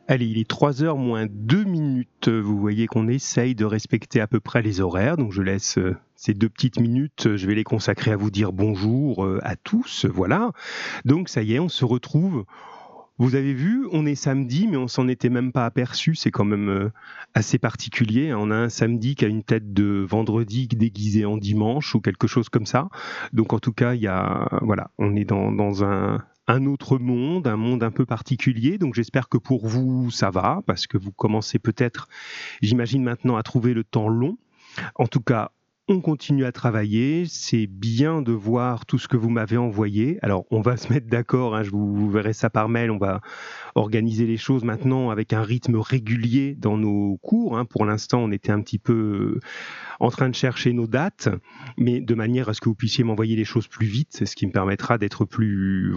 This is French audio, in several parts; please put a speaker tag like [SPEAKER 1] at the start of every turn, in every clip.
[SPEAKER 1] Allez, il est 3h moins 2 minutes. Vous voyez qu'on essaye de respecter à peu près les horaires. Donc je laisse ces 2 petites minutes, je vais les consacrer à vous dire bonjour à tous. Voilà. Donc ça y est, on se retrouve. Vous avez vu, on est samedi, mais on s'en était même pas aperçu. C'est quand même assez particulier. On a un samedi qui a une tête de vendredi déguisé en dimanche ou quelque chose comme ça. Donc en tout cas, voilà, on est dans un autre monde, un monde un peu particulier. Donc j'espère que pour vous, ça va, parce que vous commencez peut-être, j'imagine maintenant, à trouver le temps long. En tout cas, on continue à travailler. C'est bien de voir tout ce que vous m'avez envoyé. Alors, on va se mettre d'accord, vous verrez ça par mail. On va organiser les choses maintenant avec un rythme régulier dans nos cours. Pour l'instant, on était un petit peu en train de chercher nos dates, mais de manière à ce que vous puissiez m'envoyer les choses plus vite. C'est ce qui me permettra d'être plus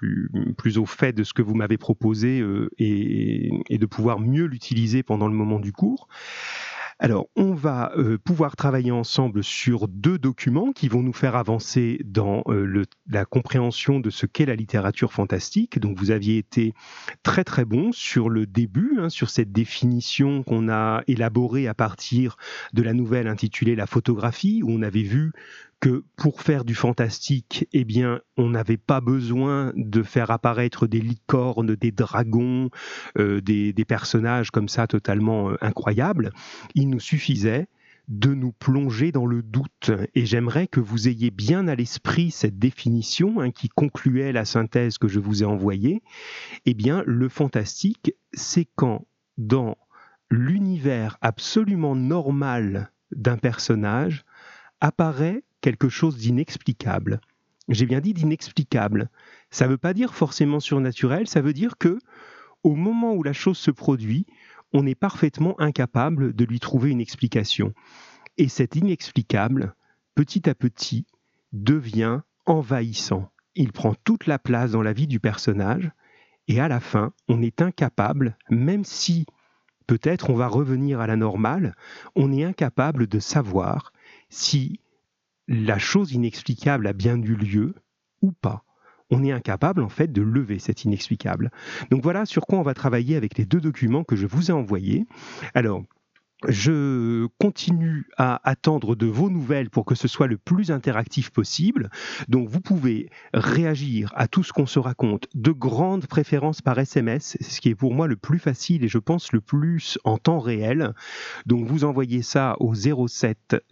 [SPEAKER 1] au fait de ce que vous m'avez proposé et de pouvoir mieux l'utiliser pendant le moment du cours. Alors, on va pouvoir travailler ensemble sur 2 documents qui vont nous faire avancer dans la compréhension de ce qu'est la littérature fantastique. Donc, vous aviez été très très bon sur le début, sur cette définition qu'on a élaborée à partir de la nouvelle intitulée La photographie, où on avait vu que pour faire du fantastique, eh bien, on n'avait pas besoin de faire apparaître des licornes, des dragons, des personnages comme ça totalement incroyables. Il nous suffisait de nous plonger dans le doute. Et j'aimerais que vous ayez bien à l'esprit cette définition qui concluait la synthèse que je vous ai envoyée. Eh bien, le fantastique, c'est quand, dans l'univers absolument normal d'un personnage, apparaît quelque chose d'inexplicable. J'ai bien dit d'inexplicable. Ça ne veut pas dire forcément surnaturel, ça veut dire que, au moment où la chose se produit, on est parfaitement incapable de lui trouver une explication. Et cet inexplicable, petit à petit, devient envahissant. Il prend toute la place dans la vie du personnage, et à la fin, on est incapable, même si peut-être on va revenir à la normale, on est incapable de savoir si la chose inexplicable a bien eu lieu ou pas. On est incapable en fait de lever cet inexplicable. Donc voilà sur quoi on va travailler avec les 2 documents que je vous ai envoyés. Alors, je continue à attendre de vos nouvelles pour que ce soit le plus interactif possible. Donc vous pouvez réagir à tout ce qu'on se raconte, de grandes préférences par SMS, ce qui est pour moi le plus facile et je pense le plus en temps réel. Donc vous envoyez ça au 07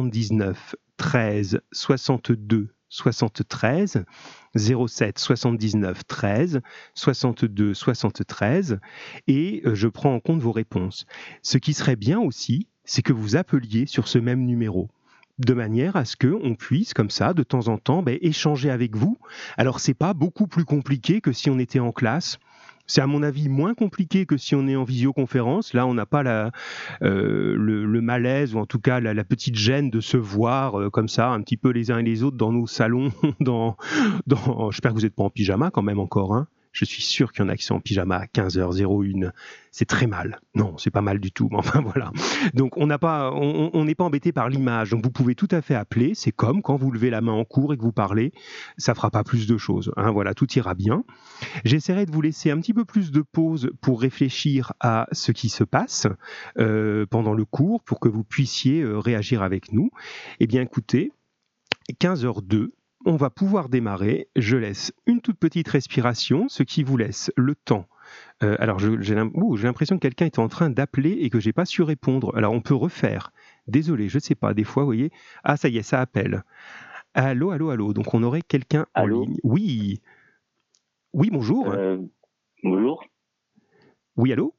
[SPEAKER 1] 79 13 62 73, 07 79 13 62 73, et je prends en compte vos réponses. Ce qui serait bien aussi, c'est que vous appeliez sur ce même numéro, de manière à ce qu'on puisse, comme ça, de temps en temps, échanger avec vous. Alors, c'est pas beaucoup plus compliqué que si on était en classe. C'est à mon avis moins compliqué que si on est en visioconférence. Là, on n'a pas le malaise, ou en tout cas la petite gêne de se voir comme ça, un petit peu les uns et les autres dans nos salons. J'espère que vous n'êtes pas en pyjama quand même encore. Je suis sûr qu'il y en a qui sont en pyjama à 15h01. C'est très mal. Non, c'est pas mal du tout. Mais enfin, voilà. Donc, on n'est pas embêté par l'image. Donc, vous pouvez tout à fait appeler. C'est comme quand vous levez la main en cours et que vous parlez. Ça fera pas plus de choses. Voilà, tout ira bien. J'essaierai de vous laisser un petit peu plus de pause pour réfléchir à ce qui se passe pendant le cours pour que vous puissiez réagir avec nous. Eh bien, écoutez, 15h02. On va pouvoir démarrer. Je laisse une toute petite respiration, ce qui vous laisse le temps. Alors, j'ai l'impression que quelqu'un est en train d'appeler et que je n'ai pas su répondre. Alors, on peut refaire. Désolé, je ne sais pas. Des fois, vous voyez. Ah, ça y est, ça appelle. Allô, allô, allô. Donc, on aurait quelqu'un en ligne. Oui. Oui, bonjour.
[SPEAKER 2] Bonjour.
[SPEAKER 1] Oui, allô.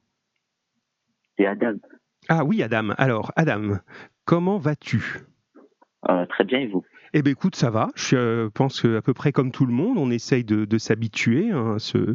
[SPEAKER 2] C'est Adam.
[SPEAKER 1] Ah oui, Adam. Alors, Adam, comment vas-tu ?
[SPEAKER 2] Très bien, et vous ?
[SPEAKER 1] Eh bien, écoute, ça va. Je pense qu'à peu près comme tout le monde, on essaye de s'habituer à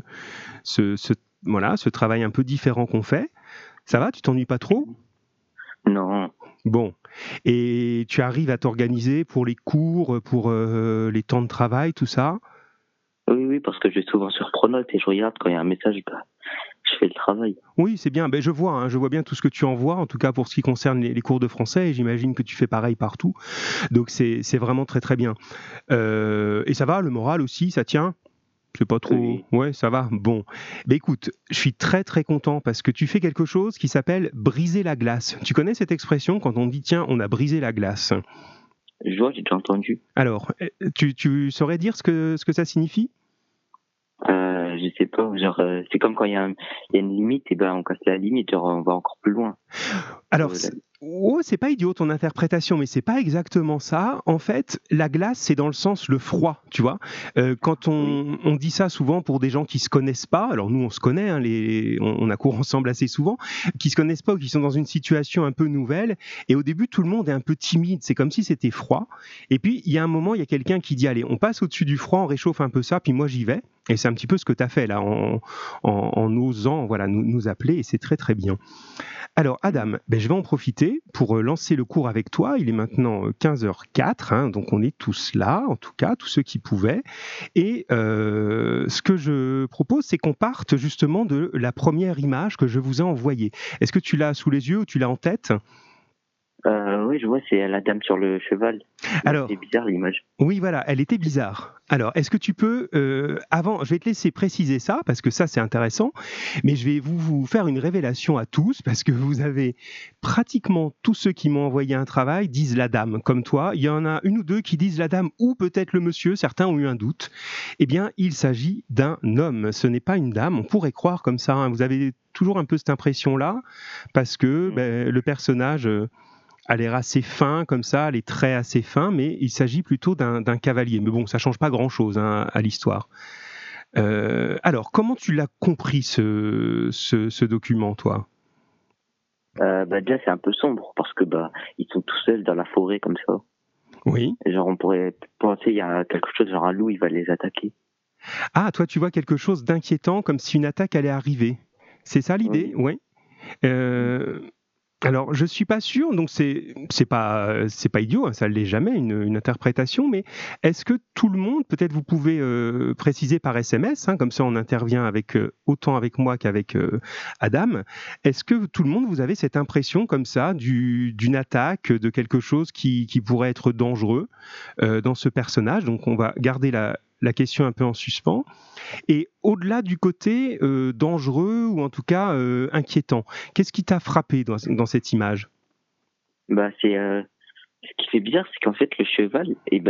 [SPEAKER 1] ce travail un peu différent qu'on fait. Ça va ? Tu t'ennuies pas trop ?
[SPEAKER 2] Non.
[SPEAKER 1] Bon. Et tu arrives à t'organiser pour les cours, pour les temps de travail, tout ça ?
[SPEAKER 2] Oui, parce que je vais souvent sur Pronote et je regarde quand il y a un message, je fais le travail.
[SPEAKER 1] Oui, c'est bien. Je vois bien tout ce que tu envoies, en tout cas pour ce qui concerne les cours de français, et j'imagine que tu fais pareil partout. Donc c'est vraiment très très bien. Et ça va, le moral aussi, ça tient ? C'est pas trop...
[SPEAKER 2] Oui.
[SPEAKER 1] Ouais, ça va. Bon. Ben écoute, je suis très très content parce que tu fais quelque chose qui s'appelle briser la glace. Tu connais cette expression quand on dit tiens, on a brisé la glace?
[SPEAKER 2] Je vois, j'ai déjà entendu.
[SPEAKER 1] Alors, tu saurais dire ce que ça signifie?
[SPEAKER 2] Je sais pas, genre, c'est comme quand il y a une limite, et ben on casse la limite, genre on va encore plus loin.
[SPEAKER 1] Alors,
[SPEAKER 2] Là,
[SPEAKER 1] c'est pas idiot ton interprétation, mais c'est pas exactement ça. En fait, la glace, c'est dans le sens le froid, tu vois. Quand
[SPEAKER 2] oui,
[SPEAKER 1] on dit ça souvent pour des gens qui se connaissent pas, alors nous on se connaît, hein, on a cours ensemble assez souvent, qui se connaissent pas ou qui sont dans une situation un peu nouvelle, et au début tout le monde est un peu timide, c'est comme si c'était froid. Et puis il y a un moment, il y a quelqu'un qui dit allez, on passe au-dessus du froid, on réchauffe un peu ça, puis moi j'y vais. Et c'est un petit peu ce que tu as fait là, en osant voilà, nous appeler, et c'est très très bien. Alors Adam, ben, je vais en profiter pour lancer le cours avec toi. Il est maintenant 15h04, hein, donc on est tous là, en tout cas, tous ceux qui pouvaient. Et ce que je propose, c'est qu'on parte justement de la première image que je vous ai envoyée. Est-ce que tu l'as sous les yeux ou tu l'as en tête?
[SPEAKER 2] oui, je vois, c'est la dame sur le cheval.
[SPEAKER 1] Alors,
[SPEAKER 2] C'est bizarre l'image.
[SPEAKER 1] oui, voilà, elle était bizarre. Alors, est-ce que tu peux, avant, je vais te laisser préciser ça, parce que ça, c'est intéressant, mais je vais vous faire une révélation à tous, parce que vous avez pratiquement tous ceux qui m'ont envoyé un travail disent la dame, comme toi. Il y en a une ou deux qui disent la dame, ou peut-être le monsieur, certains ont eu un doute. Eh bien, il s'agit d'un homme, ce n'est pas une dame, on pourrait croire comme ça, hein. Vous avez toujours un peu cette impression-là, parce que ben, le personnage... a l'air assez fin comme ça, les traits assez fins, mais il s'agit plutôt d'un cavalier. Mais bon, ça change pas grand-chose hein, à l'histoire. Alors, comment tu l'as compris ce document, toi?
[SPEAKER 2] Déjà, c'est un peu sombre parce que ils sont tout seuls dans la forêt comme ça.
[SPEAKER 1] Oui.
[SPEAKER 2] Et genre, on pourrait penser il y a quelque chose, genre un loup, il va les attaquer.
[SPEAKER 1] Ah, toi, tu vois quelque chose d'inquiétant, comme si une attaque allait arriver. C'est ça l'idée?
[SPEAKER 2] Oui.
[SPEAKER 1] Oui. Euh, Alors, je suis pas sûr, donc c'est pas idiot, hein, ça l'est jamais une interprétation, mais est-ce que tout le monde, peut-être vous pouvez préciser par SMS, hein, comme ça on intervient avec autant avec moi qu'avec Adam. Est-ce que tout le monde vous avez cette impression comme ça d'une attaque, de quelque chose qui pourrait être dangereux dans ce personnage? Donc on va garder la question un peu en suspens. Et au-delà du côté dangereux ou en tout cas inquiétant, qu'est-ce qui t'a frappé dans cette image?
[SPEAKER 2] C'est ce qui fait bizarre, c'est qu'en fait le cheval,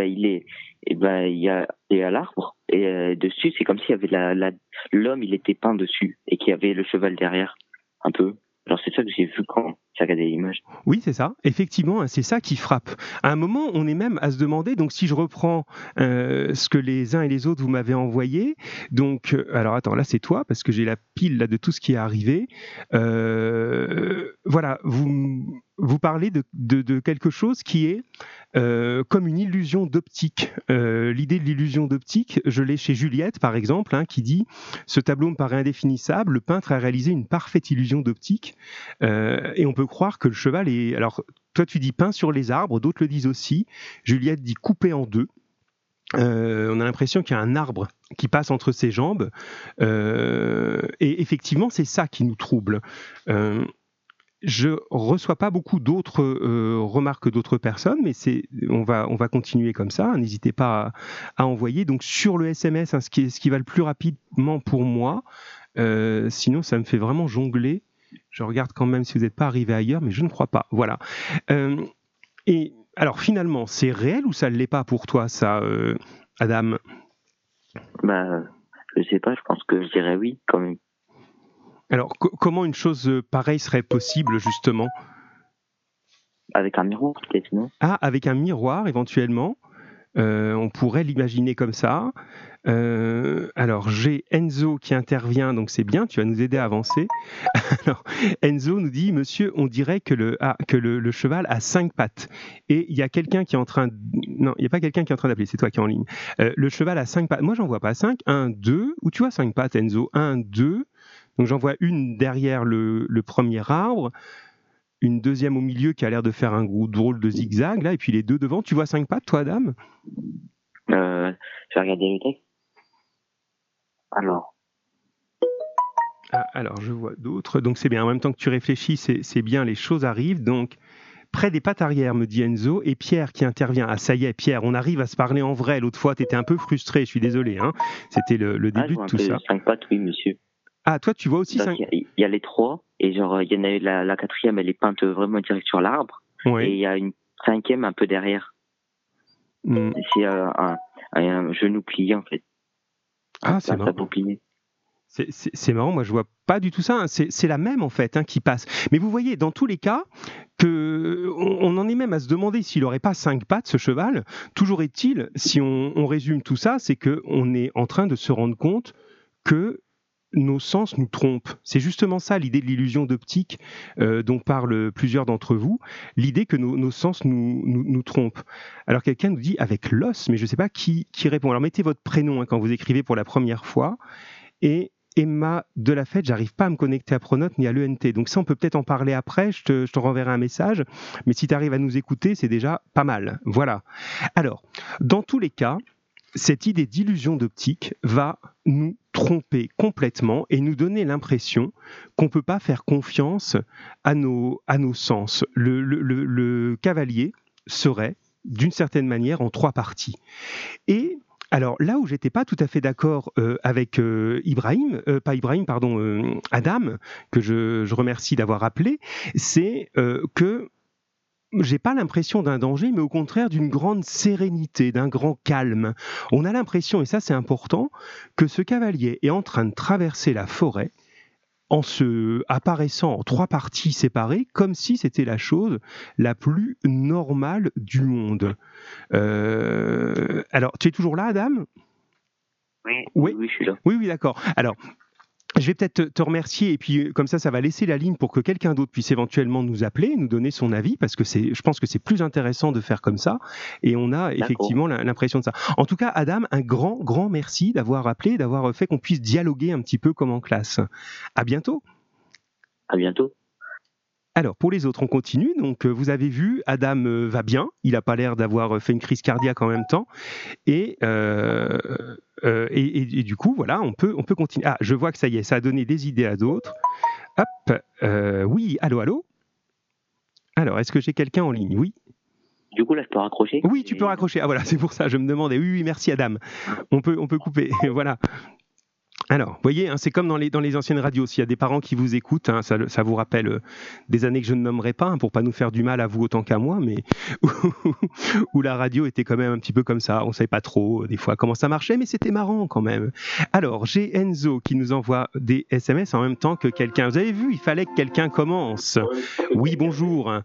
[SPEAKER 2] il est à l'arbre et dessus, c'est comme s'il y avait l'homme, il était peint dessus et qu'il y avait le cheval derrière, un peu. Alors c'est ça que j'ai vu quand j'ai regardé l'image.
[SPEAKER 1] Oui, c'est ça. Effectivement, hein, c'est ça qui frappe. À un moment, on est même à se demander, donc si je reprends ce que les uns et les autres vous m'avez envoyé, donc, alors attends, là c'est toi, parce que j'ai la pile là, de tout ce qui est arrivé. Voilà, vous parlez de quelque chose qui est comme une illusion d'optique. L'idée de l'illusion d'optique, je l'ai chez Juliette, par exemple, hein, qui dit « Ce tableau me paraît indéfinissable, le peintre a réalisé une parfaite illusion d'optique. Et on peut croire que le cheval est... » Alors, toi, tu dis peint sur les arbres, d'autres le disent aussi. Juliette dit coupé en deux. On a l'impression qu'il y a un arbre qui passe entre ses jambes. Et effectivement, c'est ça qui nous trouble. Je reçois pas beaucoup d'autres remarques d'autres personnes, mais on va continuer comme ça. N'hésitez pas à envoyer. Donc sur le SMS, hein, ce qui va le plus rapidement pour moi. Sinon, ça me fait vraiment jongler. Je regarde quand même si vous n'êtes pas arrivé ailleurs, mais je ne crois pas. Voilà. Et alors finalement, c'est réel ou ça ne l'est pas pour toi, ça, Adam?
[SPEAKER 2] Je sais pas, je pense que je dirais oui quand même.
[SPEAKER 1] Alors comment une chose pareille serait possible justement?
[SPEAKER 2] Avec un miroir peut-être, non?
[SPEAKER 1] Ah, avec un miroir éventuellement. On pourrait l'imaginer comme ça. Alors, j'ai Enzo qui intervient, donc c'est bien, tu vas nous aider à avancer. Alors, Enzo nous dit, monsieur, on dirait que le cheval a 5 pattes. Et il y a quelqu'un qui est en train... Non, il n'y a pas quelqu'un qui est en train d'appeler, c'est toi qui es en ligne. Le cheval a 5 pattes. Moi, j'en vois pas 5. 1, 2. Où tu vois 5 pattes, Enzo? 1, 2. Donc, j'en vois une derrière le premier arbre, une deuxième au milieu qui a l'air de faire un gros drôle de zigzag, là, et puis les deux devant. Tu vois 5 pattes, toi, Adam?
[SPEAKER 2] Je vais regarder le texte. Alors.
[SPEAKER 1] Ah, alors, je vois d'autres. Donc, c'est bien. En même temps que tu réfléchis, c'est bien, les choses arrivent. Donc, près des pattes arrière, me dit Enzo, et Pierre qui intervient. Ah, ça y est, Pierre, on arrive à se parler en vrai. L'autre fois, tu étais un peu frustré, je suis désolé. Hein. C'était le début de tout ça.
[SPEAKER 2] 5 pattes, oui, monsieur.
[SPEAKER 1] Ah, toi, tu vois aussi 5
[SPEAKER 2] Il y a les 3, et genre, il y en a la 4e, elle est peinte vraiment direct sur l'arbre.
[SPEAKER 1] Ouais.
[SPEAKER 2] Et il y a une 5e un peu derrière. C'est un genou plié, en fait.
[SPEAKER 1] Ah, c'est marrant. C'est marrant, moi je vois pas du tout ça. Hein. C'est la même en fait qui passe. Mais vous voyez, dans tous les cas, on en est même à se demander s'il n'aurait pas 5 pattes ce cheval. Toujours est-il, si on résume tout ça, c'est qu'on est en train de se rendre compte que nos sens nous trompent. C'est justement ça l'idée de l'illusion d'optique dont parlent plusieurs d'entre vous, l'idée que nos sens nous trompent. Alors quelqu'un nous dit avec l'os, mais je ne sais pas qui répond. Alors mettez votre prénom quand vous écrivez pour la première fois, et Emma Delafette, j'arrive pas à me connecter à Pronote ni à l'ENT, donc ça on peut peut-être en parler après, je te renverrai un message, mais si tu arrives à nous écouter, c'est déjà pas mal. Voilà. Alors, dans tous les cas, cette idée d'illusion d'optique va nous tromper complètement et nous donner l'impression qu'on ne peut pas faire confiance à nos sens. Le cavalier serait, d'une certaine manière, en 3 parties. Et alors là où j'étais pas tout à fait d'accord avec Adam, que je remercie d'avoir appelé, c'est que j'ai pas l'impression d'un danger, mais au contraire d'une grande sérénité, d'un grand calme. On a l'impression, et ça c'est important, que ce cavalier est en train de traverser la forêt en se apparaissant en 3 parties séparées, comme si c'était la chose la plus normale du monde. Alors, tu es toujours là, Adam ?
[SPEAKER 2] Oui, je suis là.
[SPEAKER 1] Oui, d'accord. Alors, je vais peut-être te remercier et puis comme ça va laisser la ligne pour que quelqu'un d'autre puisse éventuellement nous appeler, nous donner son avis, parce que je pense que c'est plus intéressant de faire comme ça et on a effectivement l'impression de ça. En tout cas, Adam, un grand merci d'avoir appelé, d'avoir fait qu'on puisse dialoguer un petit peu comme en classe. À bientôt.
[SPEAKER 2] À bientôt.
[SPEAKER 1] Alors, pour les autres, on continue. Donc, vous avez vu, Adam va bien. Il n'a pas l'air d'avoir fait une crise cardiaque en même temps. Et du coup, voilà, on peut continuer. Ah, je vois que ça y est, ça a donné des idées à d'autres. Hop, oui, allô. Alors, est-ce que j'ai quelqu'un en ligne ? Oui.
[SPEAKER 2] Du coup, là, je peux raccrocher ?
[SPEAKER 1] Oui, tu peux raccrocher. Ah voilà, c'est pour ça, je me demandais. Oui, merci Adam. On peut couper, voilà. Alors, vous voyez, c'est comme dans les anciennes radios. S'il y a des parents qui vous écoutent, ça vous rappelle des années que je ne nommerai pas, pour pas nous faire du mal à vous autant qu'à moi, mais où la radio était quand même un petit peu comme ça. On ne savait pas trop, des fois, comment ça marchait, mais c'était marrant quand même. Alors, j'ai Enzo qui nous envoie des SMS en même temps que quelqu'un. Vous avez vu, il fallait que quelqu'un commence. Oui, bonjour.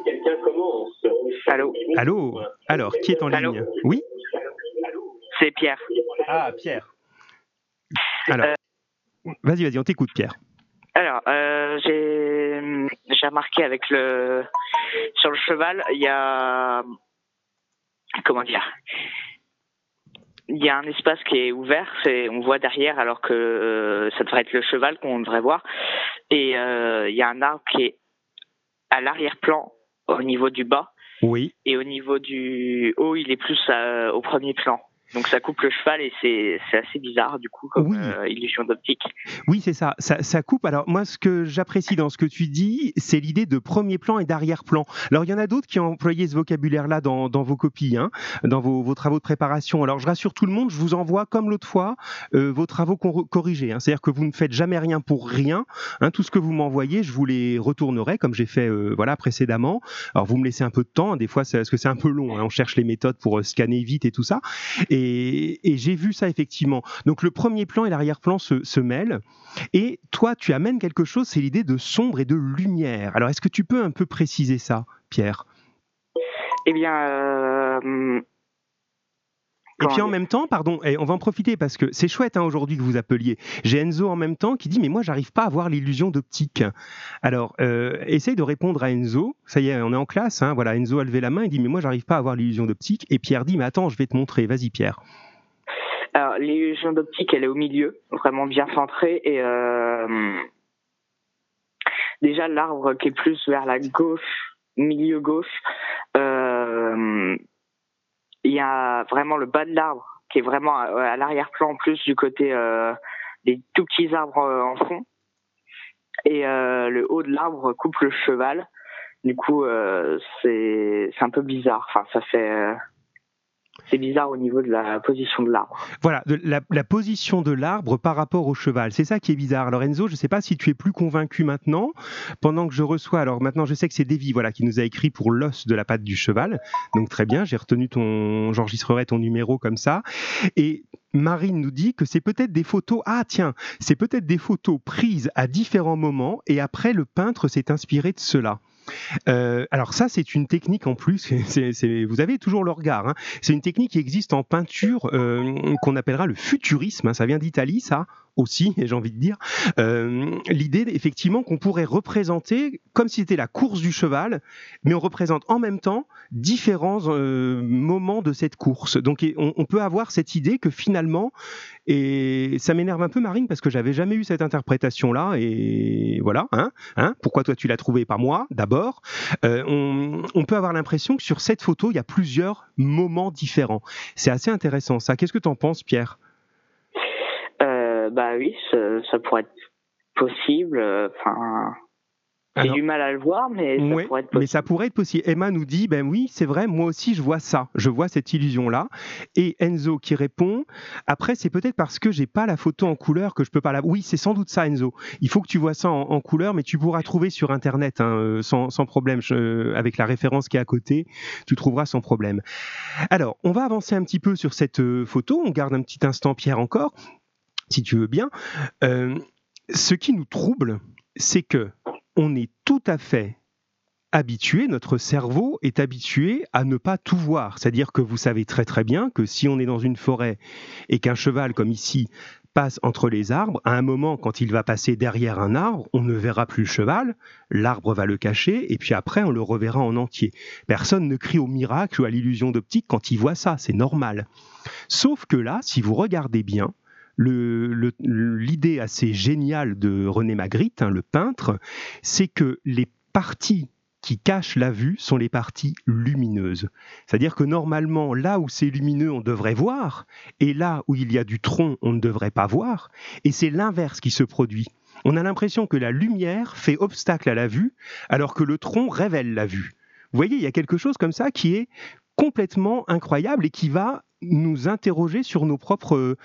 [SPEAKER 1] Allô. Alors, qui est en ligne ? Oui ?
[SPEAKER 2] C'est Pierre.
[SPEAKER 1] Ah, Pierre. Alors, vas-y, on t'écoute, Pierre.
[SPEAKER 2] Alors, j'ai remarqué sur le cheval, il y a, il y a un espace qui est ouvert, on voit derrière, alors que ça devrait être le cheval qu'on devrait voir. Et il y a un arbre qui est à l'arrière-plan, au niveau du bas.
[SPEAKER 1] Oui.
[SPEAKER 2] Et au niveau du haut, il est plus au premier plan. Donc ça coupe le cheval et c'est assez bizarre du coup comme illusion d'optique.
[SPEAKER 1] Oui, c'est ça. Ça coupe. Alors moi, ce que j'apprécie dans ce que tu dis, c'est l'idée de premier plan et d'arrière-plan. Alors il y en a d'autres qui ont employé ce vocabulaire-là dans vos copies, dans vos travaux de préparation. Alors je rassure tout le monde, je vous envoie comme l'autre fois vos travaux corrigés. C'est-à-dire que vous ne faites jamais rien pour rien. Tout ce que vous m'envoyez, je vous les retournerai comme j'ai fait précédemment. Alors vous me laissez un peu de temps. Des fois, parce que c'est un peu long. On cherche les méthodes pour scanner vite et tout ça. Et j'ai vu ça effectivement. Donc le premier plan et l'arrière-plan se mêlent. Et toi, tu amènes quelque chose, c'est l'idée de sombre et de lumière. Alors est-ce que tu peux un peu préciser ça, Pierre ?
[SPEAKER 2] Eh bien...
[SPEAKER 1] Et puis en même temps, on va en profiter parce que c'est chouette aujourd'hui que vous appeliez. J'ai Enzo en même temps qui dit « mais moi, j'arrive pas à avoir l'illusion d'optique ». Alors, essaye de répondre à Enzo. Ça y est, on est en classe. Voilà, Enzo a levé la main, il dit « mais moi, j'arrive pas à avoir l'illusion d'optique ». Et Pierre dit « mais attends, je vais te montrer. Vas-y, Pierre ».
[SPEAKER 2] Alors, l'illusion d'optique, elle est au milieu, vraiment bien centrée. Et déjà, l'arbre qui est plus vers la gauche, milieu gauche, il y a vraiment le bas de l'arbre qui est vraiment à l'arrière-plan en plus du côté des tout petits arbres en fond. Et le haut de l'arbre coupe le cheval. Du coup, c'est un peu bizarre. Enfin, c'est bizarre au niveau de la position de l'arbre.
[SPEAKER 1] Voilà, la position de l'arbre par rapport au cheval, c'est ça qui est bizarre. Alors Enzo, je ne sais pas si tu es plus convaincu maintenant, pendant que je reçois, alors maintenant je sais que c'est Davy qui nous a écrit pour l'os de la patte du cheval, donc très bien, j'enregistrerai ton numéro comme ça, et Marine nous dit que c'est peut-être des photos, c'est peut-être des photos prises à différents moments, et après le peintre s'est inspiré de cela. Alors ça, c'est une technique en plus, vous avez toujours le regard, hein. C'est une technique qui existe en peinture qu'on appellera le futurisme, hein. Ça vient d'Italie, ça aussi, j'ai envie de dire. L'idée, effectivement, qu'on pourrait représenter comme si c'était la course du cheval, mais on représente en même temps différents moments de cette course. Donc on peut avoir cette idée que finalement, et ça m'énerve un peu Marine parce que j'avais jamais eu cette interprétation-là, et voilà, pourquoi toi tu l'as trouvée, pas moi, d'abord. On peut avoir l'impression que sur cette photo, il y a plusieurs moments différents. C'est assez intéressant ça. Qu'est-ce que tu en penses, Pierre ?
[SPEAKER 2] Bah oui, ça pourrait être possible. J'ai du mal à le voir, mais ça pourrait être possible.
[SPEAKER 1] Mais ça pourrait être possible. Emma nous dit, ben oui, c'est vrai, moi aussi je vois ça, je vois cette illusion-là. Et Enzo qui répond, après c'est peut-être parce que j'ai pas la photo en couleur que je peux pas la... Oui, c'est sans doute ça, Enzo. Il faut que tu vois ça en couleur, mais tu pourras trouver sur Internet, sans problème, avec la référence qui est à côté, tu trouveras sans problème. Alors, on va avancer un petit peu sur cette photo, on garde un petit instant, Pierre, encore, si tu veux bien. Ce qui nous trouble, c'est que on est tout à fait habitué, notre cerveau est habitué à ne pas tout voir. C'est-à-dire que vous savez très très bien que si on est dans une forêt et qu'un cheval, comme ici, passe entre les arbres, à un moment, quand il va passer derrière un arbre, on ne verra plus le cheval, l'arbre va le cacher, et puis après, on le reverra en entier. Personne ne crie au miracle ou à l'illusion d'optique quand il voit ça, c'est normal. Sauf que là, si vous regardez bien, l'idée assez géniale de René Magritte, le peintre, c'est que les parties qui cachent la vue sont les parties lumineuses. C'est-à-dire que normalement, là où c'est lumineux, on devrait voir, et là où il y a du tronc, on ne devrait pas voir, et c'est l'inverse qui se produit. On a l'impression que la lumière fait obstacle à la vue, alors que le tronc révèle la vue. Vous voyez, il y a quelque chose comme ça qui est complètement incroyable et qui va nous interroger sur nos propres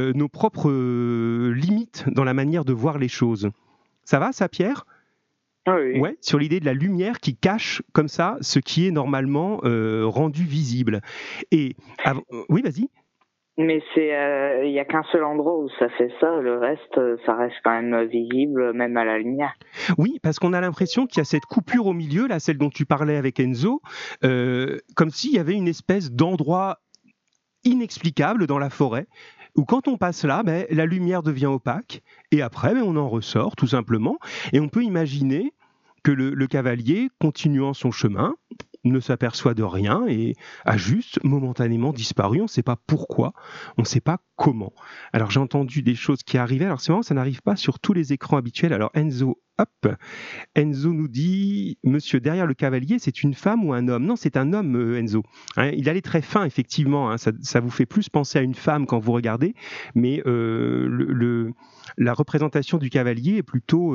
[SPEAKER 1] limites dans la manière de voir les choses. Ça va, ça, Pierre ?
[SPEAKER 2] Oui.
[SPEAKER 1] Ouais, sur l'idée de la lumière qui cache comme ça ce qui est normalement rendu visible. Et oui, vas-y.
[SPEAKER 2] Mais il y a qu'un seul endroit où ça fait ça, le reste, ça reste quand même visible, même à la lumière.
[SPEAKER 1] Oui, parce qu'on a l'impression qu'il y a cette coupure au milieu, là, celle dont tu parlais avec Enzo, comme s'il y avait une espèce d'endroit inexplicable dans la forêt, où quand on passe là, la lumière devient opaque, et après, on en ressort, tout simplement, et on peut imaginer que le cavalier, continuant son chemin, ne s'aperçoit de rien et a juste momentanément disparu. On ne sait pas pourquoi, on ne sait pas comment. Alors j'ai entendu des choses qui arrivaient. Alors c'est marrant, ça n'arrive pas sur tous les écrans habituels. Alors Enzo nous dit, monsieur, derrière le cavalier, c'est une femme ou un homme ? Non, c'est un homme, Enzo. Il allait très fin, effectivement. Ça vous fait plus penser à une femme quand vous regardez, mais la représentation du cavalier est plutôt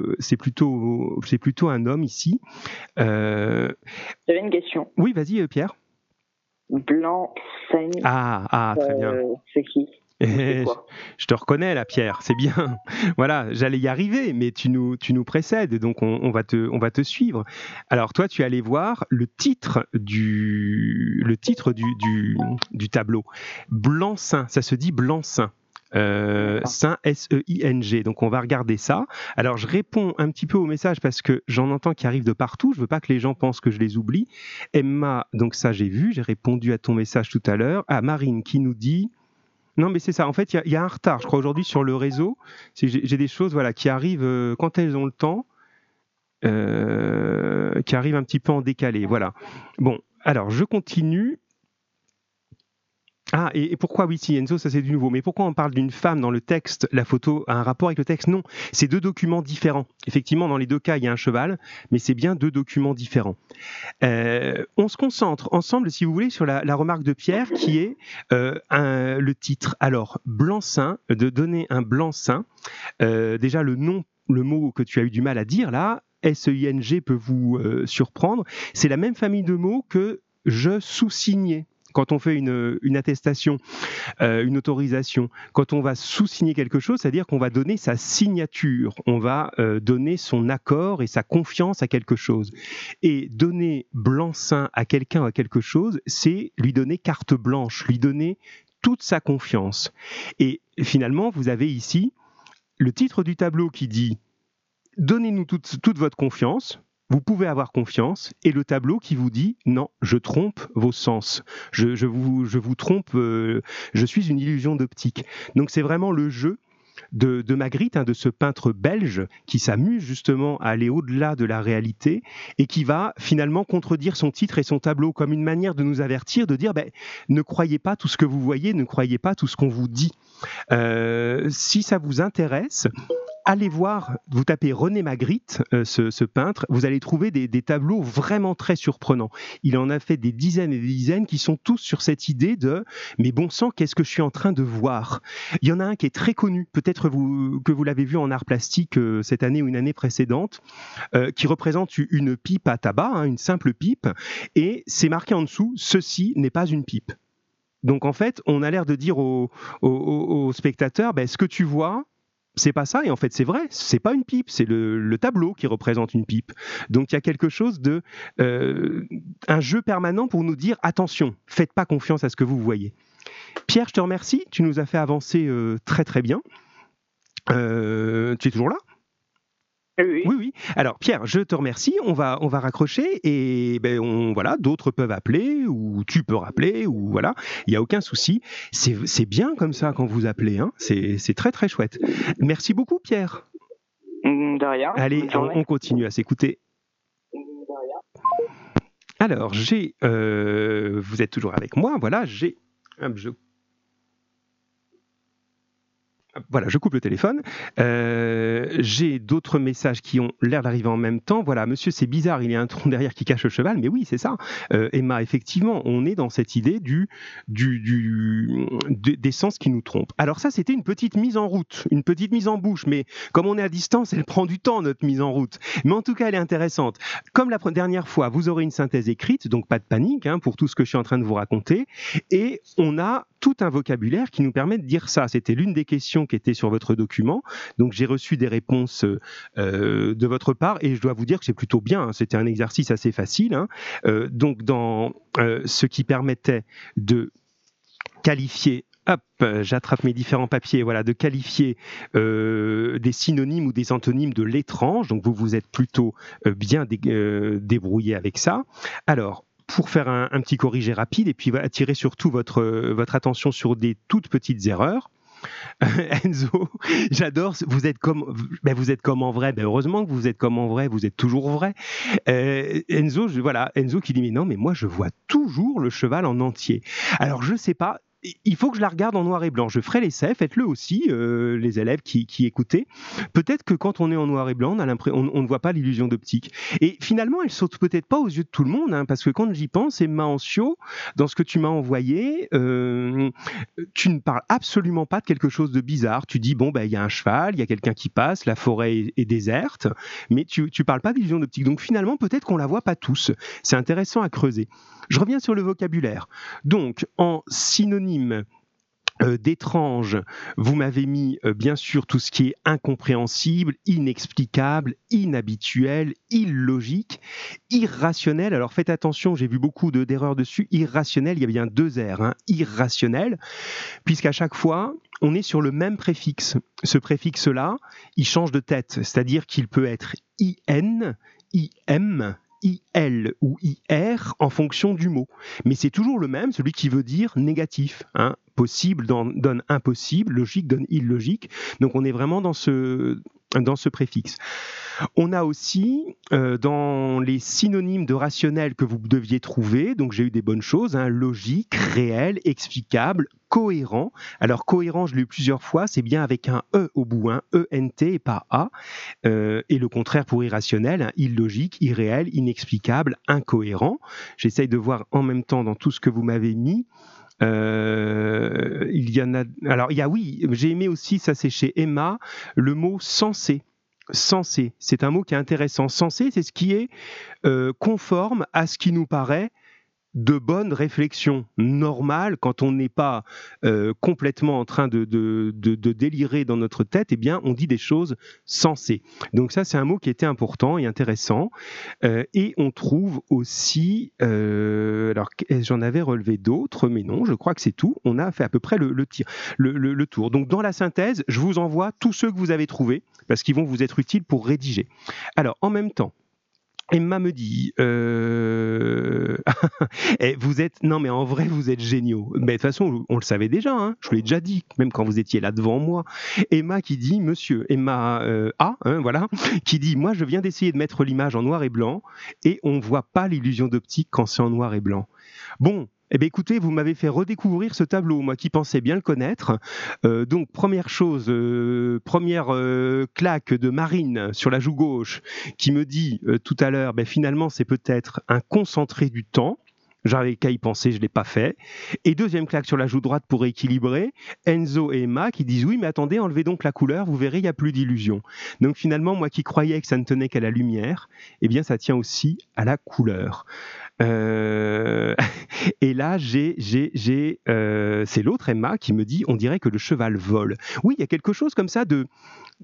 [SPEAKER 1] un homme ici.
[SPEAKER 2] J'avais une question.
[SPEAKER 1] Oui, vas-y, Pierre.
[SPEAKER 2] Blanc-Seigne.
[SPEAKER 1] Très bien.
[SPEAKER 2] C'est qui ?
[SPEAKER 1] Je te reconnais là, Pierre, c'est bien. Voilà, j'allais y arriver, mais tu nous précèdes, donc on va te suivre. Alors toi, tu es allé voir le titre du tableau. Blanc-Seing, ça se dit Blanc-Seing. Seing, S-E-I-N-G. Donc on va regarder ça. Alors je réponds un petit peu au message parce que j'en entends qui arrivent de partout. Je veux pas que les gens pensent que je les oublie. Emma, donc ça j'ai vu, j'ai répondu à ton message tout à l'heure. Marine qui nous dit... Non, mais c'est ça. En fait, il y a un retard, je crois, aujourd'hui sur le réseau. J'ai des choses qui arrivent quand elles ont le temps, qui arrivent un petit peu en décalé. Voilà. Bon, alors, je continue. Ah, et pourquoi, oui, si, Enzo, ça c'est du nouveau. Mais pourquoi on parle d'une femme dans le texte ? La photo a un rapport avec le texte ? Non, c'est deux documents différents. Effectivement, dans les deux cas, il y a un cheval, mais c'est bien deux documents différents. On se concentre ensemble, si vous voulez, sur la remarque de Pierre, qui est le titre. Alors, blanc-seing, de donner un blanc-seing. Déjà, le mot que tu as eu du mal à dire, là, S-E-I-N-G peut vous surprendre. C'est la même famille de mots que je sous-signais. Quand on fait une attestation, une autorisation, quand on va sous-signer quelque chose, c'est-à-dire qu'on va donner sa signature, on va donner son accord et sa confiance à quelque chose. Et donner blanc-seing à quelqu'un ou à quelque chose, c'est lui donner carte blanche, lui donner toute sa confiance. Et finalement, vous avez ici le titre du tableau qui dit « Donnez-nous toute votre confiance ». Vous pouvez avoir confiance, et le tableau qui vous dit « Non, je trompe vos sens, je vous trompe, je suis une illusion d'optique ». Donc c'est vraiment le jeu de Magritte, de ce peintre belge qui s'amuse justement à aller au-delà de la réalité et qui va finalement contredire son titre et son tableau comme une manière de nous avertir, de dire ne croyez pas tout ce que vous voyez, ne croyez pas tout ce qu'on vous dit. Si ça vous intéresse, allez voir, vous tapez René Magritte, ce peintre, vous allez trouver des tableaux vraiment très surprenants. Il en a fait des dizaines et des dizaines qui sont tous sur cette idée de « mais bon sang, qu'est-ce que je suis en train de voir ?» Il y en a un qui est très connu, peut-être que vous l'avez vu en art plastique cette année ou une année précédente, qui représente une pipe à tabac, une simple pipe, et c'est marqué en dessous « Ceci n'est pas une pipe ». Donc en fait, on a l'air de dire aux spectateurs « ce que tu vois », c'est pas ça, et en fait c'est vrai, c'est pas une pipe, c'est le tableau qui représente une pipe. Donc il y a quelque chose de un jeu permanent pour nous dire attention, faites pas confiance à ce que vous voyez. Pierre, je te remercie, tu nous as fait avancer très très bien. Tu es toujours là ? Oui. Alors Pierre, je te remercie. On va raccrocher et voilà, d'autres peuvent appeler ou tu peux rappeler ou voilà. Il n'y a aucun souci. C'est bien comme ça quand vous appelez. C'est très très chouette. Merci beaucoup Pierre.
[SPEAKER 2] De rien.
[SPEAKER 1] Allez, on continue à s'écouter. Alors vous êtes toujours avec moi. Voilà, Voilà, je coupe le téléphone. J'ai d'autres messages qui ont l'air d'arriver en même temps. Voilà, monsieur, c'est bizarre, il y a un tronc derrière qui cache le cheval. Mais oui, c'est ça. Emma, effectivement, on est dans cette idée des sens qui nous trompent. Alors ça, c'était une petite mise en route, une petite mise en bouche. Mais comme on est à distance, elle prend du temps, notre mise en route. Mais en tout cas, elle est intéressante. Comme la dernière fois, vous aurez une synthèse écrite, donc pas de panique pour tout ce que je suis en train de vous raconter. Et on a tout un vocabulaire qui nous permet de dire ça. C'était l'une des questions qui était sur votre document. Donc, j'ai reçu des réponses de votre part et je dois vous dire que c'est plutôt bien. C'était un exercice assez facile. Donc, dans ce qui permettait de qualifier j'attrape mes différents papiers, voilà, de qualifier des synonymes ou des antonymes de l'étrange. Donc, vous êtes plutôt bien débrouillé avec ça. Alors, pour faire un petit corrigé rapide et puis attirer surtout votre attention sur des toutes petites erreurs. Enzo, j'adore, vous êtes comme en vrai, heureusement que vous êtes comme en vrai, vous êtes toujours vrai. Enzo qui dit mais non, mais moi je vois toujours le cheval en entier. Alors je sais pas, il faut que je la regarde en noir et blanc. Je ferai l'essai, faites-le aussi, les élèves qui écoutaient. Peut-être que quand on est en noir et blanc, on ne voit pas l'illusion d'optique. Et finalement, elle saute peut-être pas aux yeux de tout le monde, parce que quand j'y pense, Emma Ancio, dans ce que tu m'as envoyé, tu ne parles absolument pas de quelque chose de bizarre. Tu dis, il y a un cheval, il y a quelqu'un qui passe, la forêt est déserte, mais tu parles pas d'illusion d'optique. Donc finalement, peut-être qu'on la voit pas tous. C'est intéressant à creuser. Je reviens sur le vocabulaire. Donc, en synonyme d'étrange, vous m'avez mis bien sûr tout ce qui est incompréhensible, inexplicable, inhabituel, illogique, irrationnel. Alors faites attention, j'ai vu beaucoup d'erreurs dessus. Irrationnel, il y a bien 2 R, irrationnel, puisqu'à chaque fois, on est sur le même préfixe. Ce préfixe-là, il change de tête, c'est-à-dire qu'il peut être IN, IM, IL ou IR en fonction du mot. Mais c'est toujours le même, celui qui veut dire négatif. Possible donne impossible, logique donne illogique. Donc on est vraiment dans ce préfixe. On a aussi dans les synonymes de rationnel que vous deviez trouver, donc j'ai eu des bonnes choses, logique, réel, explicable, cohérent. Alors cohérent, je l'ai eu plusieurs fois, c'est bien avec un E au bout, ENT et pas A. Et le contraire pour irrationnel, illogique, irréel, inexplicable, incohérent. J'essaye de voir en même temps dans tout ce que vous m'avez mis. Il y en a. Alors, j'ai aimé aussi, ça c'est chez Emma, le mot sensé. sensé, c'est un mot qui est intéressant. Sensé, c'est ce qui est conforme à ce qui nous paraît de bonnes réflexions normales quand on n'est pas complètement en train de délirer dans notre tête. Eh bien, on dit des choses sensées. Donc ça, c'est un mot qui était important et intéressant. Et on trouve aussi, alors j'en avais relevé d'autres, mais non, je crois que c'est tout. On a fait à peu près le tour. Donc dans la synthèse, je vous envoie tous ceux que vous avez trouvés parce qu'ils vont vous être utiles pour rédiger. Alors en même temps, Emma me dit, vous êtes, non mais en vrai vous êtes géniaux. Mais de toute façon on le savait déjà, hein, je vous l'ai déjà dit, même quand vous étiez là devant moi. Emma qui dit, monsieur Emma A, voilà, qui dit, moi je viens d'essayer de mettre l'image en noir et blanc et on voit pas l'illusion d'optique quand c'est en noir et blanc. Bon. Eh bien, écoutez, vous m'avez fait redécouvrir ce tableau, moi qui pensais bien le connaître. Donc, première chose, première claque de Marine sur la joue gauche qui me dit tout à l'heure, finalement, c'est peut-être un concentré du temps. J'avais qu'à y penser, je ne l'ai pas fait. Et deuxième claque sur la joue droite pour équilibrer, Enzo et Emma qui disent oui, mais attendez, enlevez donc la couleur, vous verrez, il n'y a plus d'illusion. Donc finalement, moi qui croyais que ça ne tenait qu'à la lumière, eh bien ça tient aussi à la couleur. Et là, c'est l'autre Emma qui me dit on dirait que le cheval vole. Oui, il y a quelque chose comme ça de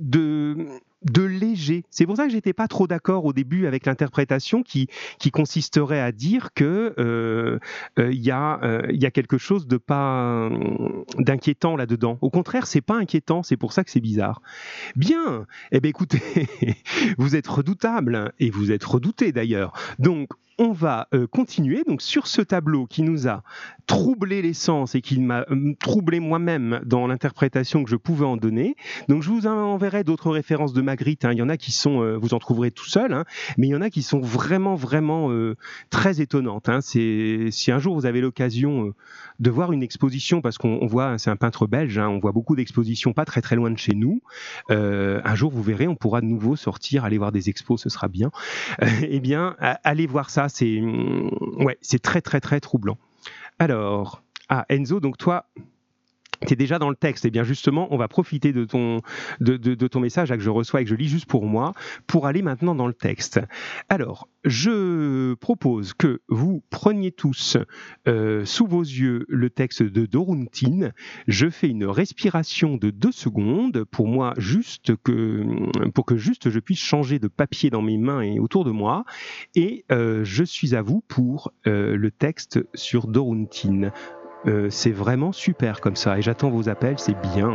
[SPEAKER 1] léger. C'est pour ça que j'étais pas trop d'accord au début avec l'interprétation qui consisterait à dire que il y a quelque chose de pas d'inquiétant là-dedans. Au contraire, c'est pas inquiétant, c'est pour ça que c'est bizarre. Bien, eh bien écoutez, vous êtes redoutable et vous êtes redouté d'ailleurs. Donc on va continuer donc sur ce tableau qui nous a troublé les sens et qui m'a troublé moi-même dans l'interprétation que je pouvais en donner. Donc je vous enverrai d'autres références de Magritte. Il y en a qui sont, vous en trouverez tout seul, mais il y en a qui sont vraiment très étonnantes. Si un jour vous avez l'occasion de voir une exposition, parce qu'on voit, c'est un peintre belge, on voit beaucoup d'expositions pas très loin de chez nous. Un jour vous verrez, on pourra de nouveau sortir, aller voir des expos, ce sera bien. Eh bien, allez voir ça. C'est très troublant. Alors, Enzo, donc toi, tu es déjà dans le texte. Eh bien, justement, on va profiter de ton message là, que je reçois et que je lis juste pour moi, pour aller maintenant dans le texte. Alors, je propose que vous preniez tous sous vos yeux le texte de Dorountin. Je fais une respiration de 2 secondes pour moi, pour que je puisse changer de papier dans mes mains et autour de moi. Et je suis à vous pour le texte sur Dorountin. C'est vraiment super comme ça et j'attends vos appels, c'est bien.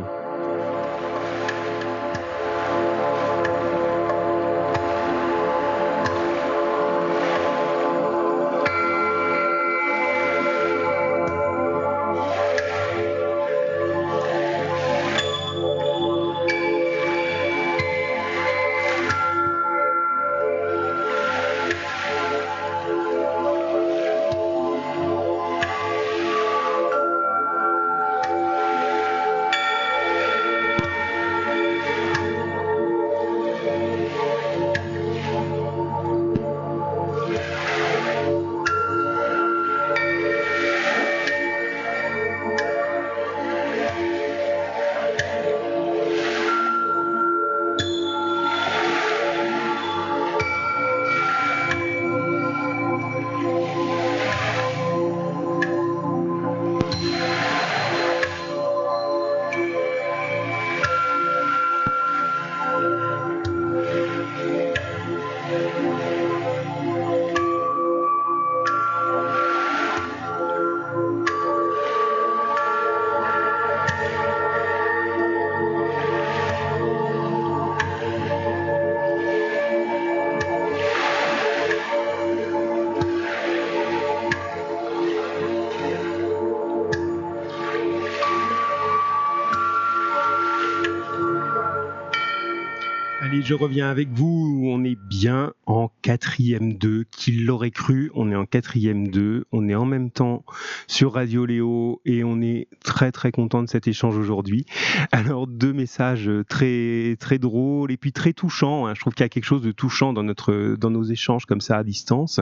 [SPEAKER 1] Allez, je reviens avec vous. On est bien en 4e2. Qui l'aurait cru? On est en 4e2. On est en même temps sur Radio Léo et on est très content de cet échange aujourd'hui. Alors, 2 messages très drôles et puis très touchants. Je trouve qu'il y a quelque chose de touchant dans nos échanges comme ça à distance.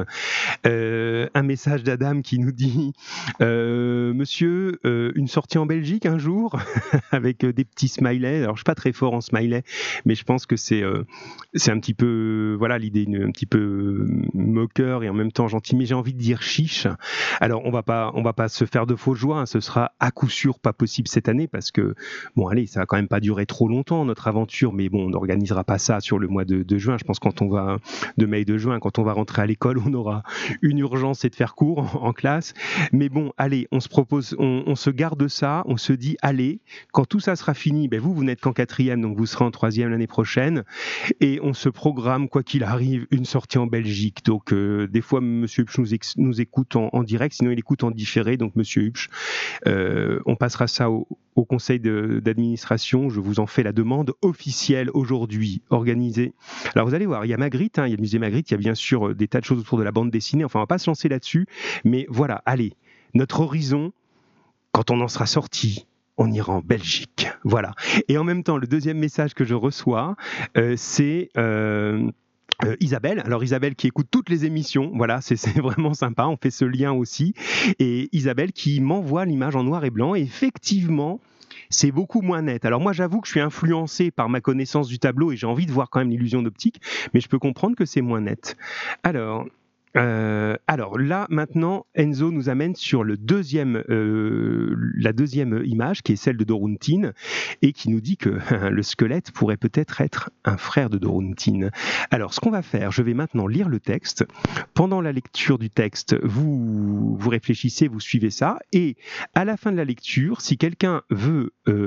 [SPEAKER 1] Un message d'Adam qui nous dit Monsieur, une sortie en Belgique un jour avec des petits smileys. Alors, je suis pas très fort en smiley, mais je pense que c'est un petit peu, voilà, l'idée un petit peu moqueur et en même temps gentil, mais j'ai envie de dire chiche. Alors, on va pas se faire de faux joie, hein, ce sera à coup sûr pas possible cette année parce que, bon, allez, ça va quand même pas durer trop longtemps notre aventure, mais bon, on n'organisera pas ça sur le mois de juin. Je pense de mai et de juin, quand on va rentrer à l'école, on aura une urgence, c'est de faire cours en classe. Mais bon, allez, on se propose, on se garde ça, on se dit, allez, quand tout ça sera fini, ben vous n'êtes qu'en 4e, donc vous serez en 3e l'année prochaine, et on se programme, quoi qu'il arrive, une sortie en Belgique. Donc, des fois, Monsieur Hupsch nous écoute en direct, sinon il écoute en différé, donc Monsieur Hupsch, on passera ça au conseil d'administration, je vous en fais la demande officielle aujourd'hui, organisée. Alors vous allez voir, il y a Magritte, il y a le musée Magritte, il y a bien sûr des tas de choses autour de la bande dessinée, enfin on va pas se lancer là-dessus, mais voilà, allez, notre horizon, quand on en sera sorti, on ira en Belgique. Voilà. Et en même temps, le deuxième message que je reçois, c'est... Isabelle, alors Isabelle qui écoute toutes les émissions, voilà, c'est vraiment sympa, on fait ce lien aussi, et Isabelle qui m'envoie l'image en noir et blanc, et effectivement, c'est beaucoup moins net. Alors moi j'avoue que je suis influencé par ma connaissance du tableau et j'ai envie de voir quand même l'illusion d'optique, mais je peux comprendre que c'est moins net. Alors là, maintenant, Enzo nous amène sur la deuxième image, qui est celle de Dorontine, et qui nous dit que le squelette pourrait peut-être être un frère de Dorontine. Alors, ce qu'on va faire, je vais maintenant lire le texte. Pendant la lecture du texte, vous réfléchissez, vous suivez ça, et à la fin de la lecture, si quelqu'un veut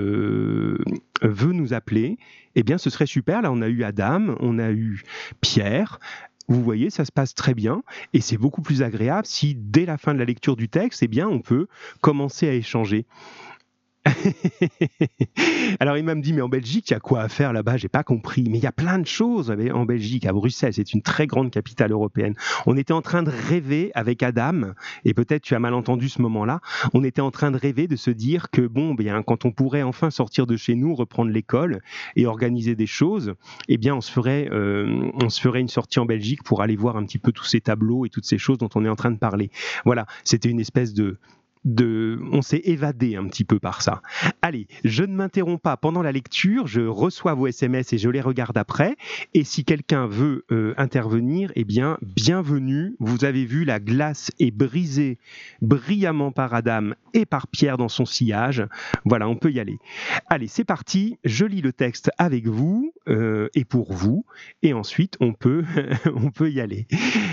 [SPEAKER 1] nous appeler, eh bien, ce serait super. Là, on a eu Adam, on a eu Pierre. Vous voyez, ça se passe très bien et c'est beaucoup plus agréable si, dès la fin de la lecture du texte, eh bien, on peut commencer à échanger. Alors, il m'a dit, mais en Belgique, il y a quoi à faire là-bas? J'ai pas compris. Mais il y a plein de choses en Belgique, à Bruxelles. C'est une très grande capitale européenne. On était en train de rêver avec Adam, et peut-être tu as mal entendu ce moment-là, on était en train de rêver de se dire que, bon, bien, quand on pourrait enfin sortir de chez nous, reprendre l'école et organiser des choses, eh bien, on se ferait une sortie en Belgique pour aller voir un petit peu tous ces tableaux et toutes ces choses dont on est en train de parler. Voilà, c'était une espèce on s'est évadé un petit peu par ça. Allez, je ne m'interromps pas pendant la lecture, je reçois vos SMS et je les regarde après. Et si quelqu'un veut intervenir, eh bien, bienvenue. Vous avez vu, la glace est brisée brillamment par Adam et par Pierre dans son sillage. Voilà, on peut y aller. Allez, c'est parti. Je lis le texte avec vous et pour vous. Et ensuite, on peut y aller.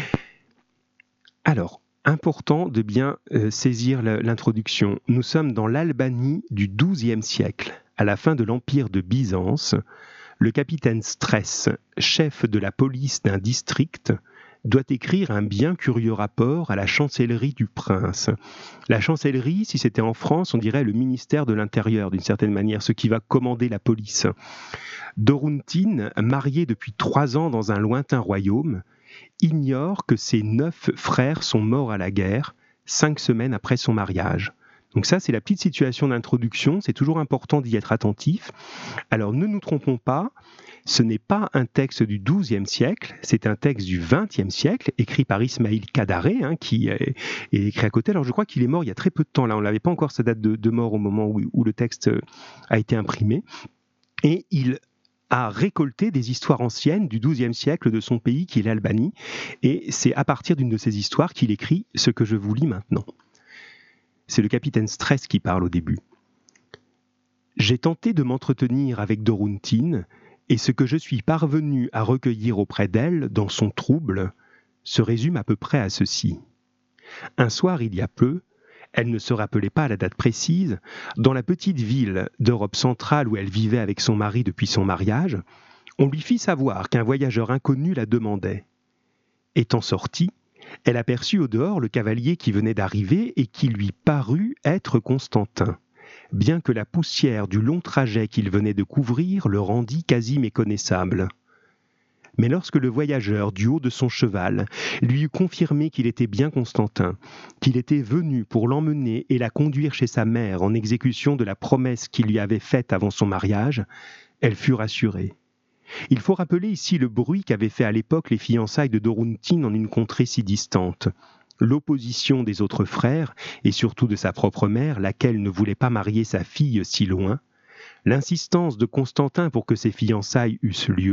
[SPEAKER 1] Alors, important de bien saisir l'introduction. Nous sommes dans l'Albanie du XIIe siècle, à la fin de l'Empire de Byzance. Le capitaine Stress, chef de la police d'un district, doit écrire un bien curieux rapport à la chancellerie du prince. La chancellerie, si c'était en France, on dirait le ministère de l'Intérieur, d'une certaine manière, ce qui va commander la police. Dorontine, mariée depuis 3 ans dans un lointain royaume, ignore que ses 9 frères sont morts à la guerre 5 semaines après son mariage. Donc ça, c'est la petite situation d'introduction, c'est toujours important d'y être attentif. Alors ne nous trompons pas, ce n'est pas un texte du XIIe siècle, c'est un texte du XXe siècle, écrit par Ismail Kadaré, qui est écrit à côté. Alors je crois qu'il est mort il y a très peu de temps, là on n'avait pas encore sa date de mort au moment où le texte a été imprimé. Et il a récolté des histoires anciennes du XIIe siècle de son pays, qui est l'Albanie, et c'est à partir d'une de ces histoires qu'il écrit ce que je vous lis maintenant. C'est le capitaine Stress qui parle au début. « J'ai tenté de m'entretenir avec Dorontine, et ce que je suis parvenu à recueillir auprès d'elle dans son trouble se résume à peu près à ceci. Un soir, il y a peu, elle ne se rappelait pas la date précise, dans la petite ville d'Europe centrale où elle vivait avec son mari depuis son mariage, on lui fit savoir qu'un voyageur inconnu la demandait. Étant sortie, elle aperçut au dehors le cavalier qui venait d'arriver et qui lui parut être Constantin, bien que la poussière du long trajet qu'il venait de couvrir le rendit quasi méconnaissable. Mais lorsque le voyageur, du haut de son cheval, lui eut confirmé qu'il était bien Constantin, qu'il était venu pour l'emmener et la conduire chez sa mère en exécution de la promesse qu'il lui avait faite avant son mariage, elle fut rassurée. Il faut rappeler ici le bruit qu'avaient fait à l'époque les fiançailles de Dorontine en une contrée si distante. L'opposition des autres frères, et surtout de sa propre mère, laquelle ne voulait pas marier sa fille si loin, l'insistance de Constantin pour que ces fiançailles eussent lieu,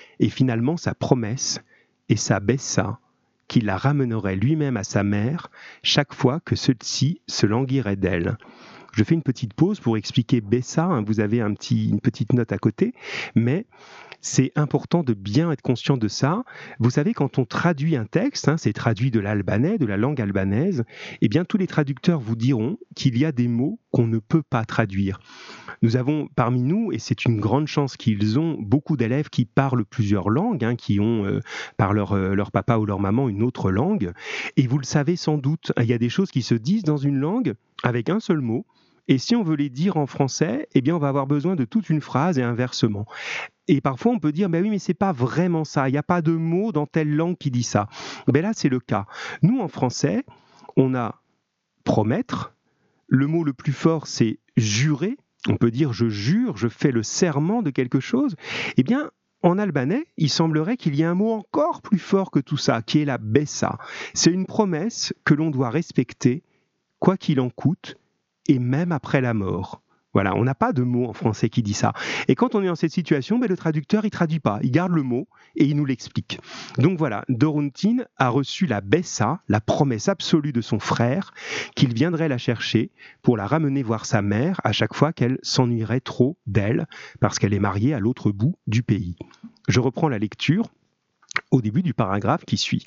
[SPEAKER 1] et finalement sa promesse et sa bessa, qu'il la ramènerait lui-même à sa mère chaque fois que celle-ci se languirait d'elle. Je fais une petite pause pour expliquer bessa, vous avez une petite note à côté, mais c'est important de bien être conscient de ça. Vous savez, quand on traduit un texte, c'est traduit de l'albanais, de la langue albanaise, eh bien tous les traducteurs vous diront qu'il y a des mots qu'on ne peut pas traduire. Nous avons parmi nous, et c'est une grande chance qu'ils ont, beaucoup d'élèves qui parlent plusieurs langues, qui ont par leur papa ou leur maman une autre langue. Et vous le savez sans doute, il y a des choses qui se disent dans une langue avec un seul mot. Et si on veut les dire en français, eh bien on va avoir besoin de toute une phrase et inversement. Et parfois on peut dire, oui, mais c'est pas vraiment ça, il n'y a pas de mot dans telle langue qui dit ça. Là, c'est le cas. Nous, en français, on a promettre. Le mot le plus fort, c'est jurer. On peut dire je jure, je fais le serment de quelque chose. Eh bien, en albanais, il semblerait qu'il y ait un mot encore plus fort que tout ça, qui est la bessa. C'est une promesse que l'on doit respecter, quoi qu'il en coûte, et même après la mort. Voilà, on n'a pas de mot en français qui dit ça. Et quand on est dans cette situation, le traducteur, il ne traduit pas. Il garde le mot et il nous l'explique. Donc voilà, Doruntin a reçu la bessa, la promesse absolue de son frère, qu'il viendrait la chercher pour la ramener voir sa mère à chaque fois qu'elle s'ennuierait trop d'elle, parce qu'elle est mariée à l'autre bout du pays. Je reprends la lecture au début du paragraphe qui suit.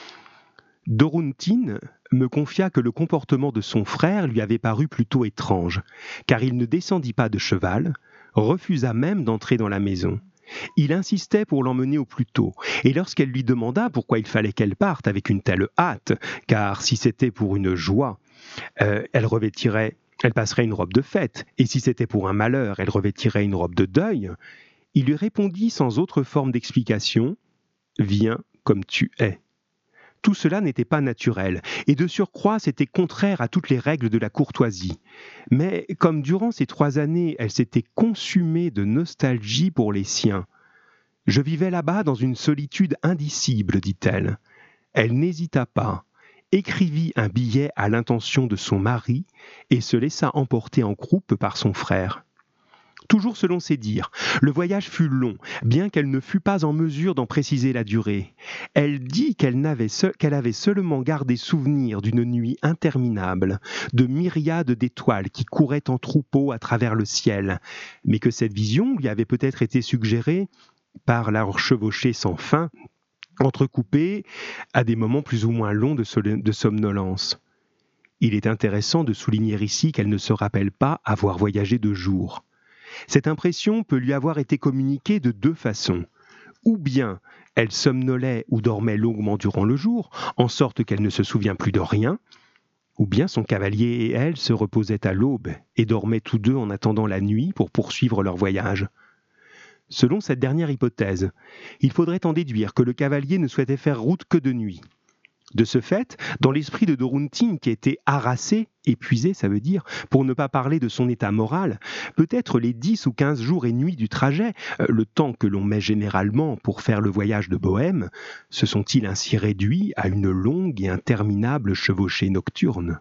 [SPEAKER 1] Doruntin me confia que le comportement de son frère lui avait paru plutôt étrange, car il ne descendit pas de cheval, refusa même d'entrer dans la maison. Il insistait pour l'emmener au plus tôt, et lorsqu'elle lui demanda pourquoi il fallait qu'elle parte avec une telle hâte, car si c'était pour une joie, elle passerait une robe de fête, et si c'était pour un malheur, elle revêtirait une robe de deuil, il lui répondit sans autre forme d'explication « Viens comme tu es ». Tout cela n'était pas naturel, et de surcroît, c'était contraire à toutes les règles de la courtoisie. Mais comme durant ces 3 années, elle s'était consumée de nostalgie pour les siens, « Je vivais là-bas dans une solitude indicible, dit-elle. » Elle n'hésita pas, écrivit un billet à l'intention de son mari et se laissa emporter en croupe par son frère. Toujours selon ses dires, le voyage fut long, bien qu'elle ne fût pas en mesure d'en préciser la durée. Elle dit qu'elle avait seulement gardé souvenir d'une nuit interminable, de myriades d'étoiles qui couraient en troupeau à travers le ciel, mais que cette vision lui avait peut-être été suggérée par leur chevauchée sans fin, entrecoupée à des moments plus ou moins longs de somnolence. Il est intéressant de souligner ici qu'elle ne se rappelle pas avoir voyagé de jour. Cette impression peut lui avoir été communiquée de 2 façons. Ou bien elle somnolait ou dormait longuement durant le jour, en sorte qu'elle ne se souvient plus de rien, ou bien son cavalier et elle se reposaient à l'aube et dormaient tous deux en attendant la nuit pour poursuivre leur voyage. Selon cette dernière hypothèse, il faudrait en déduire que le cavalier ne souhaitait faire route que de nuit. De ce fait, dans l'esprit de Doruntin qui était harassé, épuisé ça veut dire, pour ne pas parler de son état moral, peut-être les 10 ou 15 jours et nuits du trajet, le temps que l'on met généralement pour faire le voyage de Bohême, se sont-ils ainsi réduits à une longue et interminable chevauchée nocturne.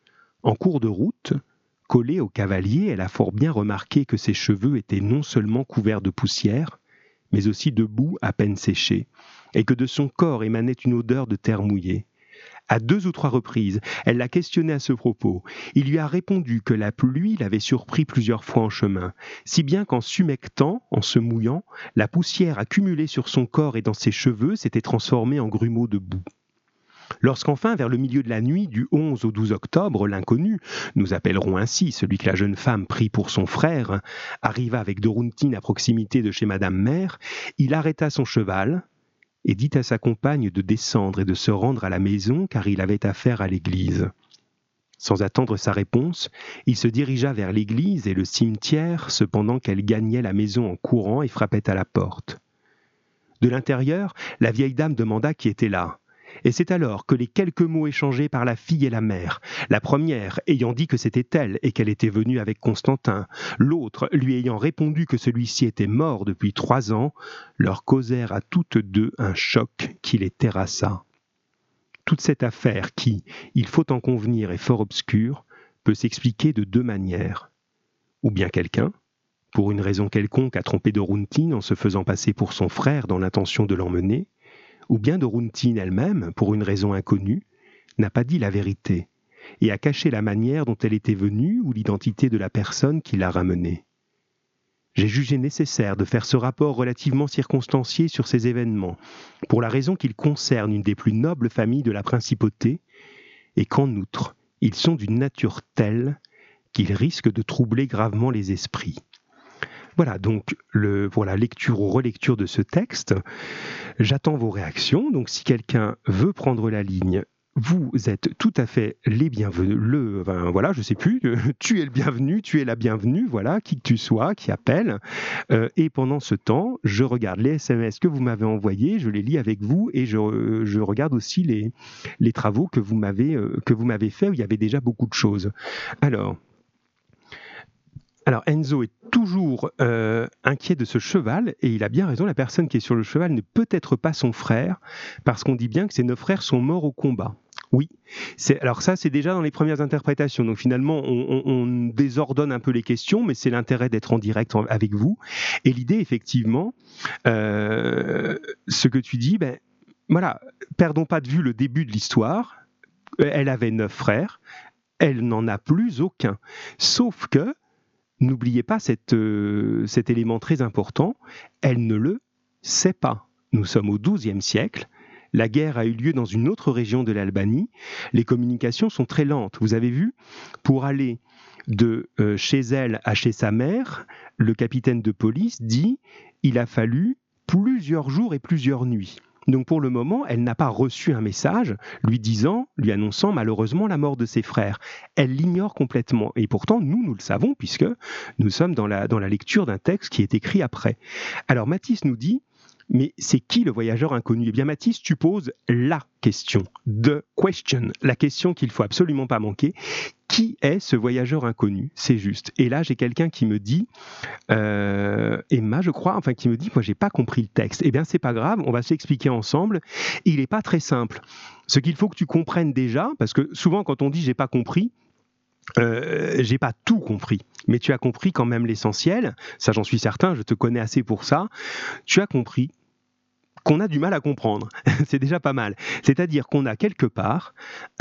[SPEAKER 1] En cours de route, collée au cavalier, elle a fort bien remarqué que ses cheveux étaient non seulement couverts de poussière, mais aussi de boue à peine séchée, et que de son corps émanait une odeur de terre mouillée. À 2 ou 3 reprises, elle l'a questionné à ce propos. Il lui a répondu que la pluie l'avait surpris plusieurs fois en chemin, si bien qu'en s'humectant, en se mouillant, la poussière accumulée sur son corps et dans ses cheveux s'était transformée en grumeaux de boue. Lorsqu'enfin, vers le milieu de la nuit, du 11 au 12 octobre, l'inconnu, nous appellerons ainsi celui que la jeune femme prit pour son frère, arriva avec Doruntin à proximité de chez Madame Mère, il arrêta son cheval et dit à sa compagne de descendre et de se rendre à la maison car il avait affaire à l'église. Sans attendre sa réponse, il se dirigea vers l'église et le cimetière, cependant qu'elle gagnait la maison en courant et frappait à la porte. De l'intérieur, la vieille dame demanda qui était là. Et c'est alors que les quelques mots échangés par la fille et la mère, la première ayant dit que c'était elle et qu'elle était venue avec Constantin, l'autre lui ayant répondu que celui-ci était mort depuis 3 ans, leur causèrent à toutes 2 un choc qui les terrassa. Toute cette affaire qui, il faut en convenir, est fort obscure, peut s'expliquer de 2 manières. Ou bien quelqu'un, pour une raison quelconque, a trompé Dorountin en se faisant passer pour son frère dans l'intention de l'emmener, ou bien Dorountin elle-même, pour une raison inconnue, n'a pas dit la vérité et a caché la manière dont elle était venue ou l'identité de la personne qui l'a ramenée. J'ai jugé nécessaire de faire ce rapport relativement circonstancié sur ces événements, pour la raison qu'ils concernent une des plus nobles familles de la principauté, et qu'en outre, ils sont d'une nature telle qu'ils risquent de troubler gravement les esprits. Voilà, donc voilà, lecture ou relecture de ce texte. J'attends vos réactions, donc si quelqu'un veut prendre la ligne, vous êtes tout à fait les bienvenus. Voilà, je sais plus, tu es le bienvenu, tu es la bienvenue, voilà, qui que tu sois, qui appelle. Et pendant ce temps, je regarde les SMS que vous m'avez envoyés, je les lis avec vous et je regarde aussi les travaux que vous m'avez faits où il y avait déjà beaucoup de choses. Alors Enzo est toujours inquiet de ce cheval, et il a bien raison, la personne qui est sur le cheval n'est peut-être pas son frère, parce qu'on dit bien que ses 9 frères sont morts au combat. Oui, alors ça c'est déjà dans les premières interprétations, donc finalement on désordonne un peu les questions, mais c'est l'intérêt d'être en direct avec vous, et l'idée effectivement, ce que tu dis, voilà, perdons pas de vue le début de l'histoire, elle avait 9 frères, elle n'en a plus aucun, sauf que, n'oubliez pas cet élément très important, elle ne le sait pas. Nous sommes au XIIe siècle, la guerre a eu lieu dans une autre région de l'Albanie, les communications sont très lentes. Vous avez vu, pour aller de chez elle à chez sa mère, le capitaine de police dit « il a fallu plusieurs jours et plusieurs nuits ». Donc pour le moment, elle n'a pas reçu un message lui annonçant malheureusement la mort de ses frères. Elle l'ignore complètement. Et pourtant, nous le savons, puisque nous sommes dans la lecture d'un texte qui est écrit après. Alors Mathis nous dit, mais c'est qui le voyageur inconnu ? Eh bien Mathis, tu poses la question, the question, la question qu'il ne faut absolument pas manquer. Qui est ce voyageur inconnu ? C'est juste. Et là, j'ai quelqu'un qui me dit, Emma, je crois, qui me dit, moi, j'ai pas compris le texte. Eh bien, c'est pas grave, on va s'expliquer ensemble. Il n'est pas très simple. Ce qu'il faut que tu comprennes déjà, parce que souvent, quand on dit j'ai pas compris, j'ai pas tout compris, mais tu as compris quand même l'essentiel. Ça, j'en suis certain, je te connais assez pour ça. Tu as compris qu'on a du mal à comprendre. C'est déjà pas mal. C'est-à-dire qu'on a quelque part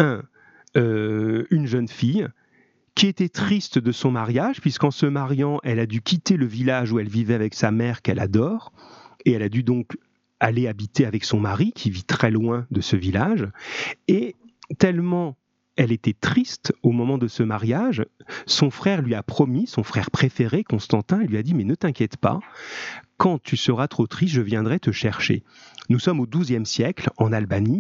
[SPEAKER 1] une jeune fille qui était triste de son mariage, puisqu'en se mariant, elle a dû quitter le village où elle vivait avec sa mère qu'elle adore, et elle a dû donc aller habiter avec son mari, qui vit très loin de ce village, et tellement elle était triste au moment de ce mariage, son frère lui a promis, son frère préféré, Constantin, il lui a dit « mais ne t'inquiète pas, quand tu seras trop triste, je viendrai te chercher ». Nous sommes au XIIe siècle, en Albanie.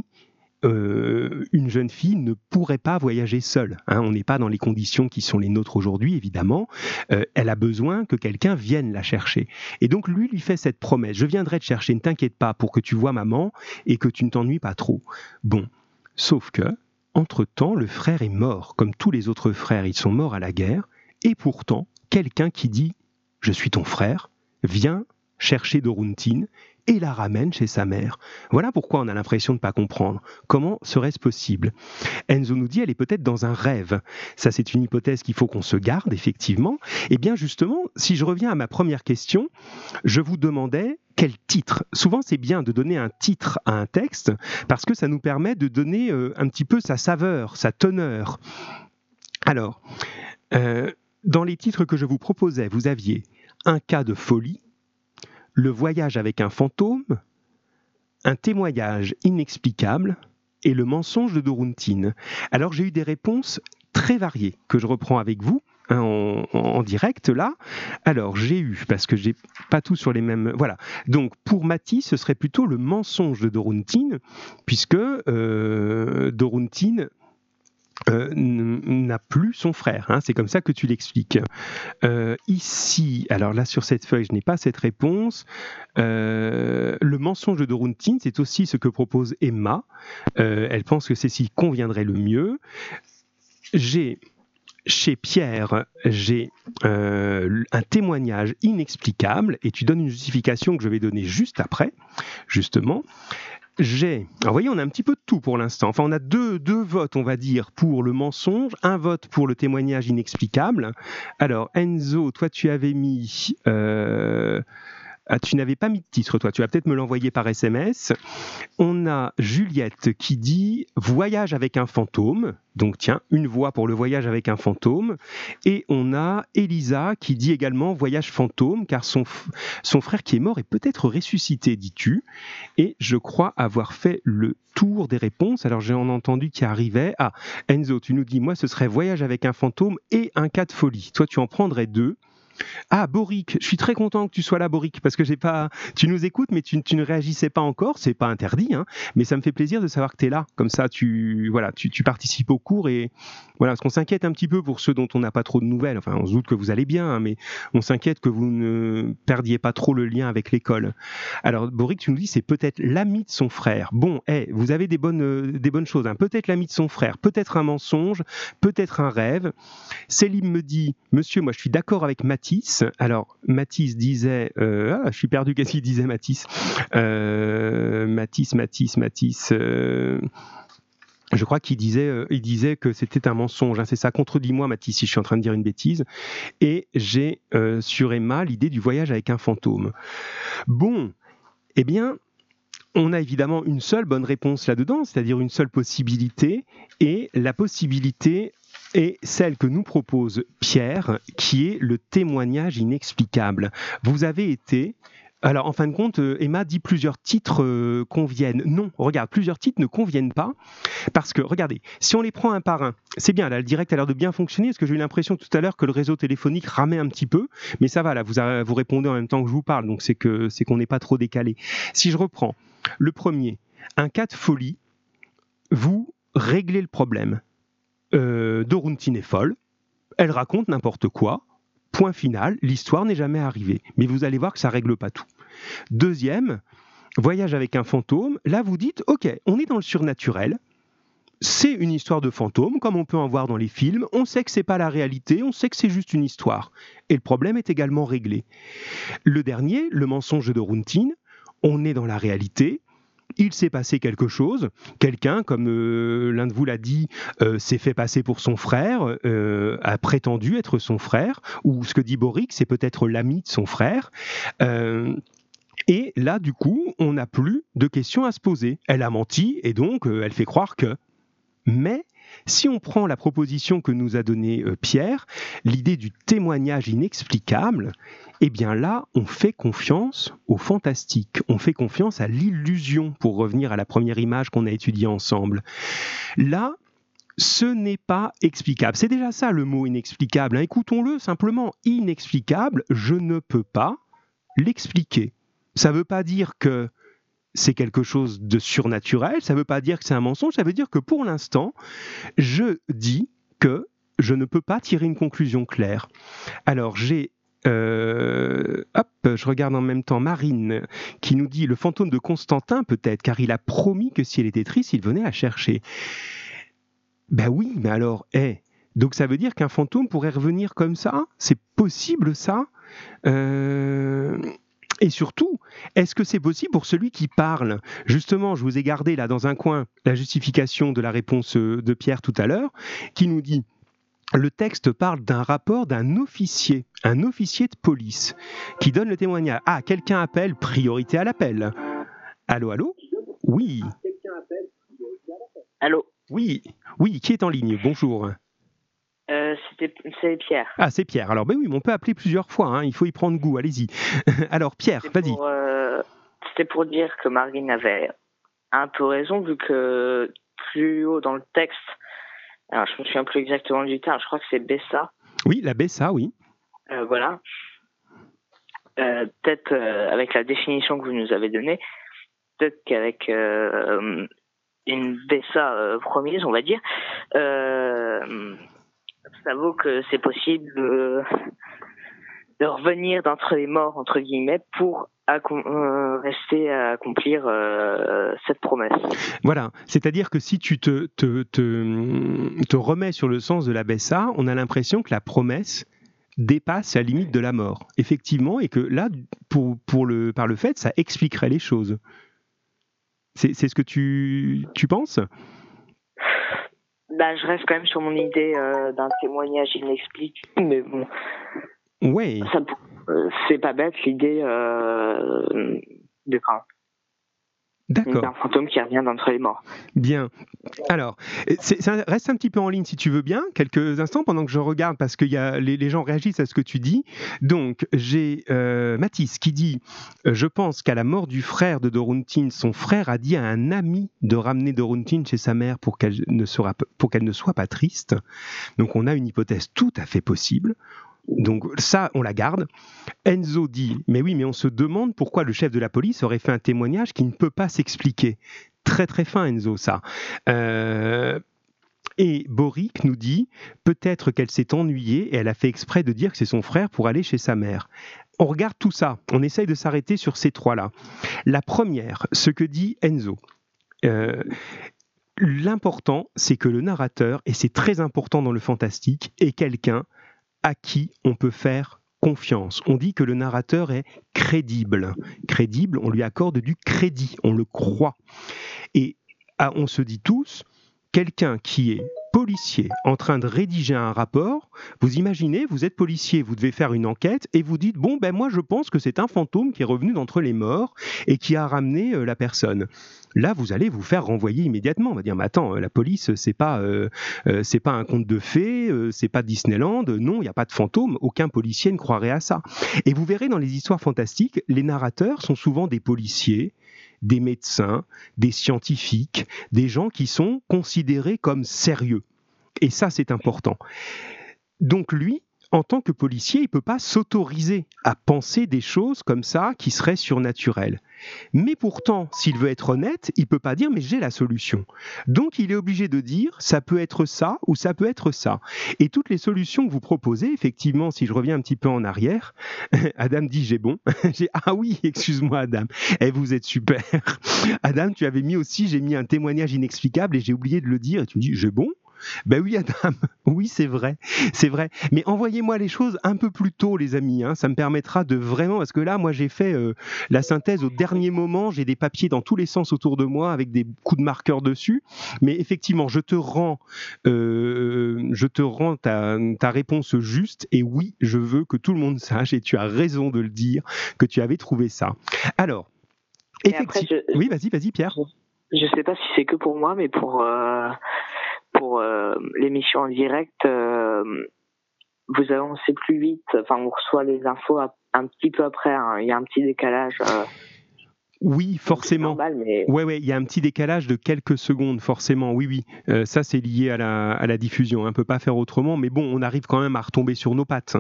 [SPEAKER 1] Une jeune fille ne pourrait pas voyager seule. On n'est pas dans les conditions qui sont les nôtres aujourd'hui, évidemment. Elle a besoin que quelqu'un vienne la chercher. Et donc, lui fait cette promesse. Je viendrai te chercher, ne t'inquiète pas, pour que tu vois maman et que tu ne t'ennuies pas trop. Bon, sauf que, entre-temps, le frère est mort. Comme tous les autres frères, ils sont morts à la guerre. Et pourtant, quelqu'un qui dit « Je suis ton frère » vient chercher Dorountin et la ramène chez sa mère. Voilà pourquoi on a l'impression de ne pas comprendre. Comment serait-ce possible ? Enzo nous dit, elle est peut-être dans un rêve. Ça, c'est une hypothèse qu'il faut qu'on se garde, effectivement. Et bien justement, si je reviens à ma première question, je vous demandais quel titre. Souvent, c'est bien de donner un titre à un texte, parce que ça nous permet de donner un petit peu sa saveur, sa teneur. Alors, dans les titres que je vous proposais, vous aviez un cas de folie, le voyage avec un fantôme, un témoignage inexplicable et le mensonge de Dorountin. Alors j'ai eu des réponses très variées que je reprends avec vous en direct là. Alors j'ai eu, parce que j'ai pas tout sur les mêmes... Voilà. Donc pour Mathis, ce serait plutôt le mensonge de Dorountin, puisque Dorountin n'a plus son frère, c'est comme ça que tu l'expliques. Ici, alors là sur cette feuille, je n'ai pas cette réponse. Le mensonge de Dorountin, c'est aussi ce que propose Emma. Elle pense que c'est ce qui conviendrait le mieux. Chez Pierre, j'ai un témoignage inexplicable, et tu donnes une justification que je vais donner juste après, justement. Alors, vous voyez, on a un petit peu de tout pour l'instant. Enfin, on a deux votes, on va dire, pour le mensonge, un vote pour le témoignage inexplicable. Alors, Enzo, toi, tu avais mis... tu n'avais pas mis de titre, toi. Tu vas peut-être me l'envoyer par SMS. On a Juliette qui dit « Voyage avec un fantôme ». Donc, tiens, une voix pour le voyage avec un fantôme. Et on a Elisa qui dit également « Voyage fantôme », car son frère qui est mort est peut-être ressuscité, dis-tu. Et je crois avoir fait le tour des réponses. Alors, j'ai entendu qui arrivait. Ah, Enzo, tu nous dis « Moi, ce serait voyage avec un fantôme et un cas de folie ». Toi, tu en prendrais 2. Ah, Boric, je suis très content que tu sois là, Boric, parce que tu nous écoutes, mais tu ne réagissais pas encore, c'est pas interdit, hein, mais ça me fait plaisir de savoir que tu es là, comme ça tu participes au cours, et voilà, parce qu'on s'inquiète un petit peu pour ceux dont on n'a pas trop de nouvelles, enfin on se doute que vous allez bien, hein, mais on s'inquiète que vous ne perdiez pas trop le lien avec l'école. Alors Boric, tu nous dis, c'est peut-être l'ami de son frère. Bon, vous avez des bonnes choses, hein. Peut-être l'ami de son frère, peut-être un mensonge, peut-être un rêve. Céline me dit, monsieur, moi je suis d'accord avec Mathis. Alors, Mathis disait... je suis perdu, qu'est-ce qu'il disait, Mathis Mathis... je crois qu'il disait que c'était un mensonge. Hein, c'est ça, contredis-moi, Mathis, si je suis en train de dire une bêtise. Et j'ai sur Emma l'idée du voyage avec un fantôme. Bon, eh bien... On a évidemment une seule bonne réponse là-dedans, c'est-à-dire une seule possibilité, et la possibilité est celle que nous propose Pierre, qui est le témoignage inexplicable. Vous avez été... Alors, en fin de compte, Emma dit plusieurs titres conviennent. Non, regarde, plusieurs titres ne conviennent pas, parce que, regardez, si on les prend un par un, c'est bien, là, le direct a l'air de bien fonctionner, parce que j'ai eu l'impression tout à l'heure que le réseau téléphonique ramait un petit peu, mais ça va, là, vous répondez en même temps que je vous parle, donc c'est qu'on n'est pas trop décalé. Si je reprends, le premier, un cas de folie, vous réglez le problème. Dorontine est folle, elle raconte n'importe quoi, point final, l'histoire n'est jamais arrivée. Mais vous allez voir que ça ne règle pas tout. Deuxième, voyage avec un fantôme, là vous dites, ok, on est dans le surnaturel, c'est une histoire de fantôme, comme on peut en voir dans les films, on sait que ce n'est pas la réalité, on sait que c'est juste une histoire. Et le problème est également réglé. Le dernier, le mensonge de Dorontine, on est dans la réalité, il s'est passé quelque chose, quelqu'un, comme l'un de vous l'a dit, s'est fait passer pour son frère, a prétendu être son frère, ou ce que dit Boric, c'est peut-être l'ami de son frère. Et là, du coup, on n'a plus de questions à se poser. Elle a menti, et donc elle fait croire que... Mais si on prend la proposition que nous a donnée Pierre, l'idée du témoignage inexplicable, eh bien là, on fait confiance au fantastique, on fait confiance à l'illusion, pour revenir à la première image qu'on a étudiée ensemble. Là, ce n'est pas explicable. C'est déjà ça le mot inexplicable, hein. Écoutons-le simplement, inexplicable, je ne peux pas l'expliquer. Ça ne veut pas dire que c'est quelque chose de surnaturel, ça ne veut pas dire que c'est un mensonge, ça veut dire que pour l'instant, je dis que je ne peux pas tirer une conclusion claire. Alors je regarde en même temps Marine qui nous dit le fantôme de Constantin peut-être, car il a promis que si elle était triste, il venait la chercher. Ben oui, mais alors, donc ça veut dire qu'un fantôme pourrait revenir comme ça ? C'est possible ça ? Et surtout, est-ce que c'est possible pour celui qui parle ? Justement, je vous ai gardé là dans un coin la justification de la réponse de Pierre tout à l'heure, qui nous dit le texte parle d'un rapport d'un officier, un officier de police, qui donne le témoignage. Ah, quelqu'un appelle, priorité à l'appel. Allô, allô ? Oui.
[SPEAKER 2] Allô ?
[SPEAKER 1] Oui, qui est en ligne ? Bonjour.
[SPEAKER 2] C'est Pierre.
[SPEAKER 1] Ah, c'est Pierre. Alors, ben oui, mais on peut appeler plusieurs fois, hein. Il faut y prendre goût, allez-y. Alors, Pierre, vas-y.
[SPEAKER 2] C'était pour dire que Marine avait un peu raison, vu que plus haut dans le texte, alors je me souviens plus exactement du terme, je crois que c'est Bessa.
[SPEAKER 1] Oui, la Bessa, oui.
[SPEAKER 2] Voilà. Peut-être avec la définition que vous nous avez donnée, peut-être qu'avec une Bessa promise, on va dire, ça vaut que c'est possible de revenir d'entre les morts, entre guillemets, pour rester à accomplir cette promesse.
[SPEAKER 1] Voilà, c'est-à-dire que si tu te remets sur le sens de la Bessa, on a l'impression que la promesse dépasse la limite de la mort, effectivement, et que là, par le fait, ça expliquerait les choses. C'est ce que tu penses ?
[SPEAKER 2] Bah, je reste quand même sur mon idée d'un témoignage inexpliqué, mais bon.
[SPEAKER 1] Ouais.
[SPEAKER 2] C'est pas bête l'idée d'un fantôme qui revient d'entre les morts.
[SPEAKER 1] Bien. Alors, ça reste un petit peu en ligne si tu veux bien, quelques instants pendant que je regarde parce que les gens réagissent à ce que tu dis. Donc, j'ai Mathis qui dit « Je pense qu'à la mort du frère de Dorothée, son frère a dit à un ami de ramener Dorothée chez sa mère pour qu'elle ne soit pas triste. » Donc, on a une hypothèse tout à fait possible. Donc ça, on la garde. Enzo dit « Mais oui, mais on se demande pourquoi le chef de la police aurait fait un témoignage qui ne peut pas s'expliquer. » Très très fin, Enzo, ça. Et Boric nous dit « Peut-être qu'elle s'est ennuyée et elle a fait exprès de dire que c'est son frère pour aller chez sa mère. » On regarde tout ça. On essaye de s'arrêter sur ces trois-là. La première, ce que dit Enzo. L'important, c'est que le narrateur, et c'est très important dans le fantastique, est quelqu'un à qui on peut faire confiance. On dit que le narrateur est crédible. Crédible, on lui accorde du crédit, on le croit. Et on se dit tous, quelqu'un qui est policier en train de rédiger un rapport, vous imaginez, vous êtes policier, vous devez faire une enquête et vous dites, bon, ben moi je pense que c'est un fantôme qui est revenu d'entre les morts et qui a ramené la personne. Là, vous allez vous faire renvoyer immédiatement. On va dire, mais attends, la police, c'est pas un conte de fées, c'est pas Disneyland, non, il n'y a pas de fantôme, aucun policier ne croirait à ça. Et vous verrez dans les histoires fantastiques, les narrateurs sont souvent des policiers, des médecins, des scientifiques, des gens qui sont considérés comme sérieux. Et ça, c'est important. Donc lui, en tant que policier, il ne peut pas s'autoriser à penser des choses comme ça qui seraient surnaturelles. Mais pourtant, s'il veut être honnête, il ne peut pas dire « mais j'ai la solution ». Donc il est obligé de dire « ça peut être ça ou ça peut être ça ». Et toutes les solutions que vous proposez, effectivement, si je reviens un petit peu en arrière, Adam dit « j'ai bon ». Ah oui, excuse-moi Adam, vous êtes super. Adam, tu avais mis aussi « j'ai mis un témoignage inexplicable et j'ai oublié de le dire » et tu me dis « j'ai bon ». Ben oui Adam, oui c'est vrai. Mais envoyez-moi les choses un peu plus tôt les amis, ça me permettra de vraiment, parce que là moi j'ai fait la synthèse au dernier moment, j'ai des papiers dans tous les sens autour de moi avec des coups de marqueur dessus, mais effectivement je te rends ta réponse juste et oui je veux que tout le monde sache et tu as raison de le dire que tu avais trouvé ça. Alors, effectivement... Oui vas-y Pierre.
[SPEAKER 2] Je sais pas si c'est que pour moi mais pour l'émission en direct, vous avancez plus vite. Enfin, on reçoit les infos un petit peu après. Il y a un petit décalage.
[SPEAKER 1] Oui, forcément.
[SPEAKER 2] Normal, mais...
[SPEAKER 1] Ouais, il y a un petit décalage de quelques secondes, forcément. Oui. Ça, c'est lié à la diffusion. On ne peut pas faire autrement, mais bon, on arrive quand même à retomber sur nos pattes.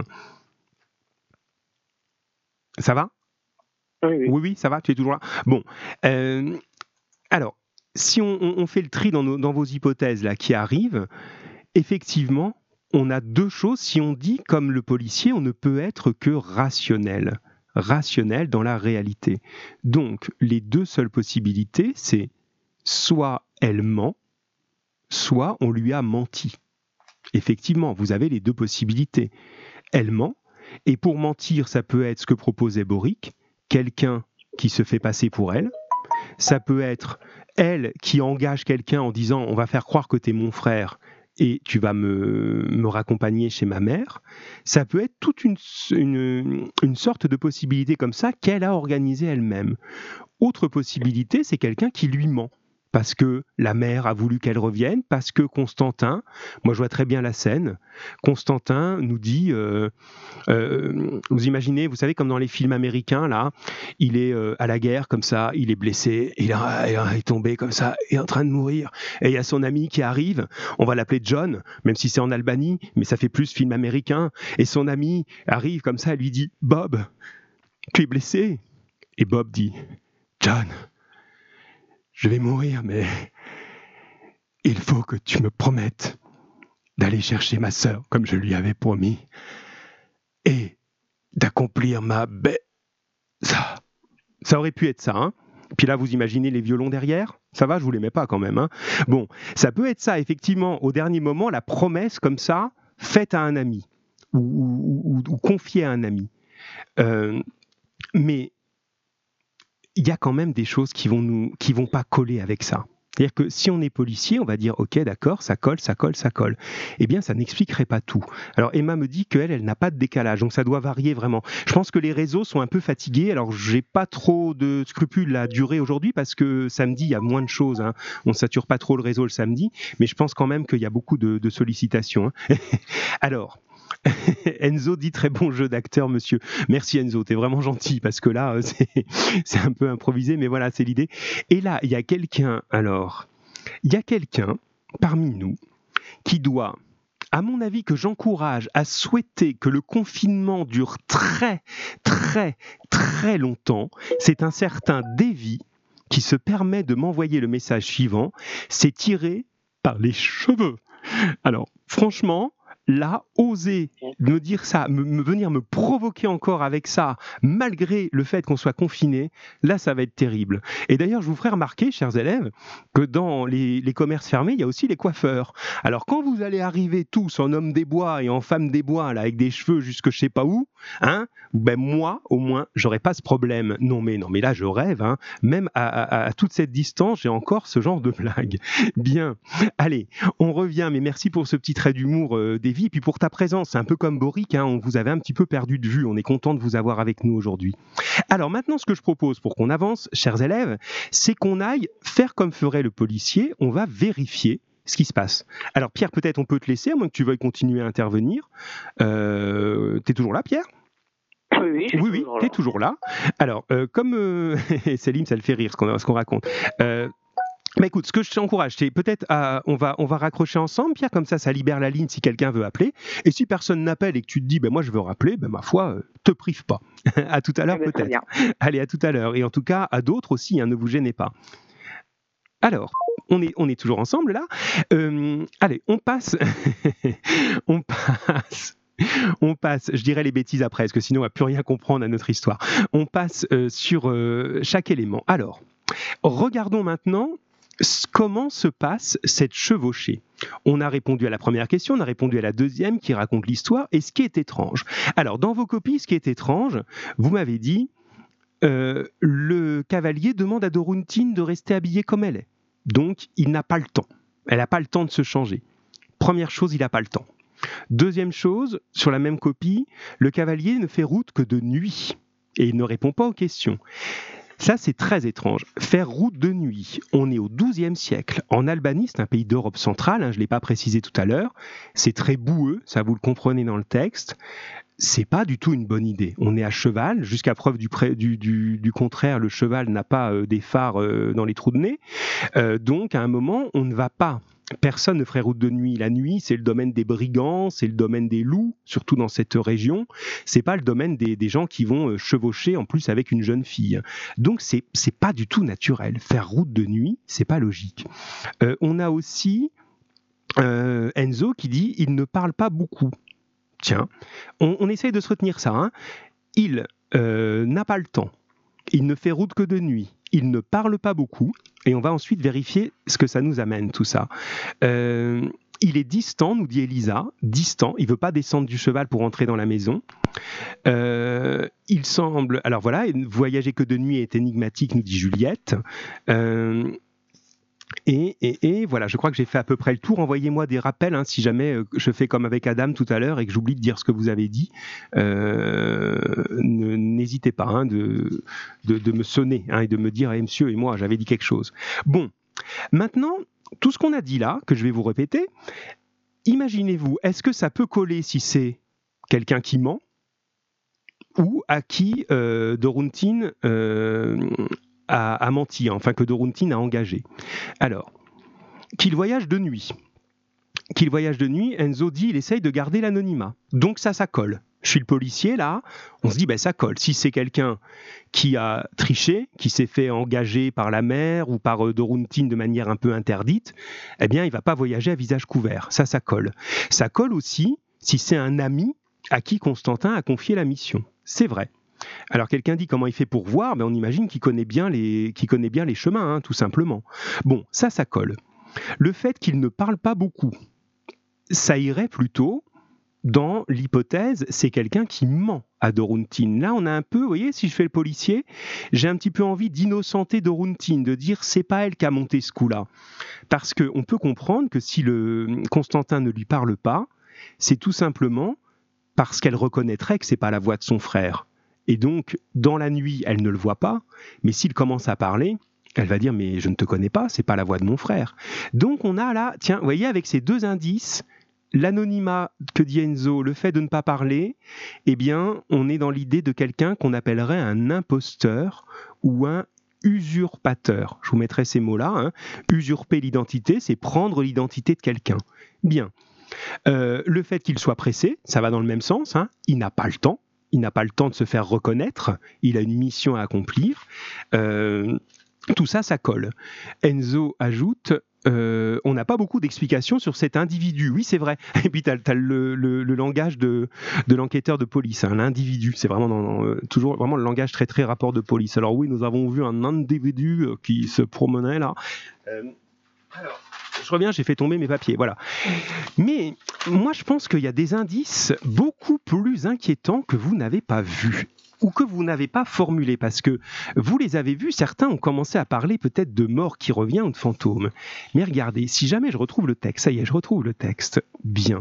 [SPEAKER 1] Ça va ? Oui, ça va. Tu es toujours là ? Bon. Alors. Si on fait le tri dans vos hypothèses là, qui arrivent, effectivement, on a deux choses. Si on dit, comme le policier, on ne peut être que rationnel dans la réalité. Donc, les deux seules possibilités, c'est soit elle ment, soit on lui a menti. Effectivement, vous avez les deux possibilités. Elle ment, et pour mentir, ça peut être ce que proposait Boric, quelqu'un qui se fait passer pour elle. Ça peut être elle qui engage quelqu'un en disant « on va faire croire que tu es mon frère et tu vas me raccompagner chez ma mère ». Ça peut être toute une sorte de possibilité comme ça qu'elle a organisée elle-même. Autre possibilité, c'est quelqu'un qui lui ment. Parce que la mère a voulu qu'elle revienne, parce que Constantin, moi je vois très bien la scène, Constantin nous dit, vous imaginez, vous savez comme dans les films américains, là, il est à la guerre comme ça, il est blessé, il est tombé comme ça, il est en train de mourir, et il y a son ami qui arrive, on va l'appeler John, même si c'est en Albanie, mais ça fait plus film américain, et son ami arrive comme ça, et lui dit, Bob, tu es blessé? Et Bob dit, John, je vais mourir, mais il faut que tu me promettes d'aller chercher ma sœur, comme je lui avais promis, et d'accomplir ma Ça aurait pu être ça, Puis là, vous imaginez les violons derrière ? Ça va, je vous les mets pas quand même, Bon, ça peut être ça, effectivement, au dernier moment, la promesse comme ça, faite à un ami, ou confiée à un ami. Mais il y a quand même des choses qui vont pas coller avec ça. C'est-à-dire que si on est policier, on va dire ok, d'accord, ça colle. Eh bien, ça n'expliquerait pas tout. Alors Emma me dit qu'elle n'a pas de décalage, donc ça doit varier vraiment. Je pense que les réseaux sont un peu fatigués. Alors j'ai pas trop de scrupules à durer aujourd'hui parce que samedi il y a moins de choses. Hein. On ne sature pas trop le réseau le samedi, mais je pense quand même qu'il y a beaucoup de sollicitations. Hein. Alors. Enzo dit très bon jeu d'acteur, monsieur. Merci Enzo, t'es vraiment gentil parce que là, c'est un peu improvisé, mais voilà, c'est l'idée. Et là, il y a quelqu'un parmi nous qui doit, à mon avis, que j'encourage à souhaiter que le confinement dure très, très, très longtemps. C'est un certain Davy qui se permet de m'envoyer le message suivant. C'est tiré par les cheveux. Alors, franchement, là, oser me dire ça, venir me provoquer encore avec ça, malgré le fait qu'on soit confiné, là, ça va être terrible. Et d'ailleurs, je vous ferai remarquer, chers élèves, que dans les commerces fermés, il y a aussi les coiffeurs. Alors, quand vous allez arriver tous en homme des bois et en femme des bois, là, avec des cheveux jusque je sais pas où, hein, ben moi, au moins, j'aurais pas ce problème. Non, mais là, je rêve, hein. Même à toute cette distance, j'ai encore ce genre de blague. Bien. Allez, on revient, mais merci pour ce petit trait d'humour, Davy. Et puis pour ta présence, c'est un peu comme Boric, hein, on vous avait un petit peu perdu de vue, on est content de vous avoir avec nous aujourd'hui. Alors maintenant, ce que je propose pour qu'on avance, chers élèves, c'est qu'on aille faire comme ferait le policier, on va vérifier ce qui se passe. Alors Pierre, peut-être on peut te laisser, à moins que tu veuilles continuer à intervenir. T'es toujours là, Pierre ?
[SPEAKER 2] Oui,
[SPEAKER 1] t'es toujours là. Alors, comme Salim, ça le fait rire ce qu'on raconte. Mais écoute, ce que je t'encourage, c'est peut-être on va raccrocher ensemble, Pierre, comme ça libère la ligne si quelqu'un veut appeler. Et si personne n'appelle et que tu te dis, moi je veux rappeler, ma foi, te prive pas. À tout à l'heure peut-être. Allez, à tout à l'heure. Et en tout cas, à d'autres aussi, hein, ne vous gênez pas. Alors, on est toujours ensemble là. Allez, on passe. On passe, je dirais les bêtises après, parce que sinon on ne va plus rien comprendre à notre histoire. On passe sur chaque élément. Alors, regardons maintenant comment se passe cette chevauchée. On a répondu à la première question, on a répondu à la deuxième qui raconte l'histoire et ce qui est étrange. Alors, dans vos copies, ce qui est étrange, vous m'avez dit le cavalier demande à Dorontine de rester habillée comme elle est. Donc, il n'a pas le temps. Elle n'a pas le temps de se changer. Première chose, il n'a pas le temps. Deuxième chose, sur la même copie, le cavalier ne fait route que de nuit et il ne répond pas aux questions. Ça, c'est très étrange. Faire route de nuit, on est au XIIe siècle. En Albanie, c'est un pays d'Europe centrale, hein, je ne l'ai pas précisé tout à l'heure. C'est très boueux, ça vous le comprenez dans le texte. C'est pas du tout une bonne idée. On est à cheval, jusqu'à preuve du contraire, le cheval n'a pas des phares dans les trous de nez. Donc, à un moment, on ne va pas. Personne ne ferait route de nuit. La nuit, c'est le domaine des brigands, c'est le domaine des loups, surtout dans cette région. C'est pas le domaine des gens qui vont chevaucher en plus avec une jeune fille. Donc c'est pas du tout naturel. Faire route de nuit, c'est pas logique. On a aussi Enzo qui dit il ne parle pas beaucoup. Tiens, on essaye de se retenir ça. Hein. Il n'a pas le temps. Il ne fait route que de nuit. Il ne parle pas beaucoup. Et on va ensuite vérifier ce que ça nous amène, tout ça. Il est distant, nous dit Elisa. Distant. Il ne veut pas descendre du cheval pour entrer dans la maison. Il semble... Alors voilà, voyager que de nuit est énigmatique, nous dit Juliette. Et voilà, je crois que j'ai fait à peu près le tour. Envoyez-moi des rappels hein, si jamais je fais comme avec Adam tout à l'heure et que j'oublie de dire ce que vous avez dit. N'hésitez pas hein, de me sonner hein, et de me dire hey, monsieur et moi, j'avais dit quelque chose. Bon, maintenant, tout ce qu'on a dit là, que je vais vous répéter, imaginez-vous, est-ce que ça peut coller si c'est quelqu'un qui ment ou à qui Dorontine... a menti, enfin que Dorontine a engagé. Alors, qu'il voyage de nuit. Enzo dit il essaye de garder l'anonymat. Donc ça colle. Je suis le policier là, on se dit ça colle. Si c'est quelqu'un qui a triché, qui s'est fait engager par la mère ou par Dorontine de manière un peu interdite, eh bien il va pas voyager à visage couvert. Ça colle. Ça colle aussi si c'est un ami à qui Constantin a confié la mission. C'est vrai. Alors quelqu'un dit comment il fait pour voir, on imagine qu'il connaît bien les chemins, hein, tout simplement. Bon, ça colle. Le fait qu'il ne parle pas beaucoup, ça irait plutôt dans l'hypothèse, c'est quelqu'un qui ment à Dorountin. Là, on a un peu, vous voyez, si je fais le policier, j'ai un petit peu envie d'innocenter Dorountin, de dire c'est pas elle qui a monté ce coup-là. Parce qu'on peut comprendre que si le Constantin ne lui parle pas, c'est tout simplement parce qu'elle reconnaîtrait que c'est pas la voix de son frère. Et donc, dans la nuit, elle ne le voit pas, mais s'il commence à parler, elle va dire mais je ne te connais pas, c'est pas la voix de mon frère. Donc on a là, tiens, vous voyez, avec ces deux indices, l'anonymat que dit Enzo, le fait de ne pas parler, eh bien, on est dans l'idée de quelqu'un qu'on appellerait un imposteur ou un usurpateur. Je vous mettrai ces mots-là. Hein. Usurper l'identité, c'est prendre l'identité de quelqu'un. Bien. Le fait qu'il soit pressé, ça va dans le même sens. Hein. Il n'a pas le temps. Il n'a pas le temps de se faire reconnaître. Il a une mission à accomplir. Tout ça, ça colle. Enzo ajoute... on n'a pas beaucoup d'explications sur cet individu. Oui, c'est vrai. Et puis, tu as le langage de l'enquêteur de police. Hein. L'individu, c'est vraiment toujours vraiment le langage très, très rapport de police. Alors oui, nous avons vu un individu qui se promenait là. Alors, je reviens, j'ai fait tomber mes papiers. Voilà. Mais moi, je pense qu'il y a des indices beaucoup plus inquiétants que vous n'avez pas vus. Ou que vous n'avez pas formulé, parce que vous les avez vus, certains ont commencé à parler peut-être de mort qui revient ou de fantôme. Mais regardez, si jamais je retrouve le texte, ça y est, je retrouve le texte, bien.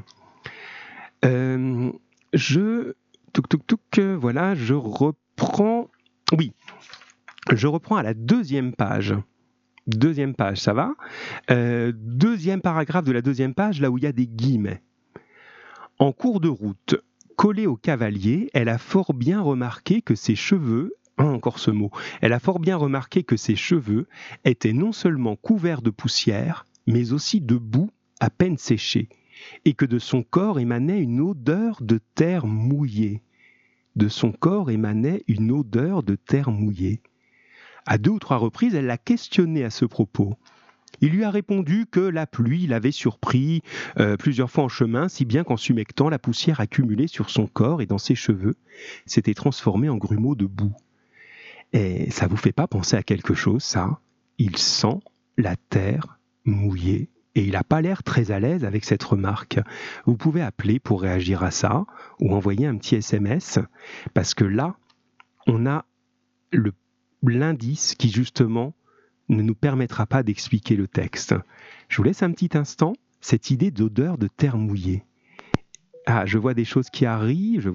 [SPEAKER 1] Voilà, je reprends à la deuxième page. Deuxième page, ça va ? Deuxième paragraphe de la deuxième page, là où il y a des guillemets. En cours de route, collée au cavalier, elle a fort bien remarqué que ses cheveux, encore ce mot, elle a fort bien remarqué que ses cheveux étaient non seulement couverts de poussière, mais aussi de boue à peine séchée, et que de son corps émanait une odeur de terre mouillée. De son corps émanait une odeur de terre mouillée. À 2 ou 3 reprises, elle l'a questionné à ce propos. Il lui a répondu que la pluie l'avait surpris plusieurs fois en chemin, si bien qu'en s'humectant, la poussière accumulée sur son corps et dans ses cheveux s'était transformée en grumeaux de boue. Et ça vous fait pas penser à quelque chose, ça ? Il sent la terre mouillée et il n'a pas l'air très à l'aise avec cette remarque. Vous pouvez appeler pour réagir à ça ou envoyer un petit SMS, parce que là, on a l'indice qui justement ne nous permettra pas d'expliquer le texte. Je vous laisse un petit instant, cette idée d'odeur de terre mouillée. Ah, je vois des choses qui arrivent,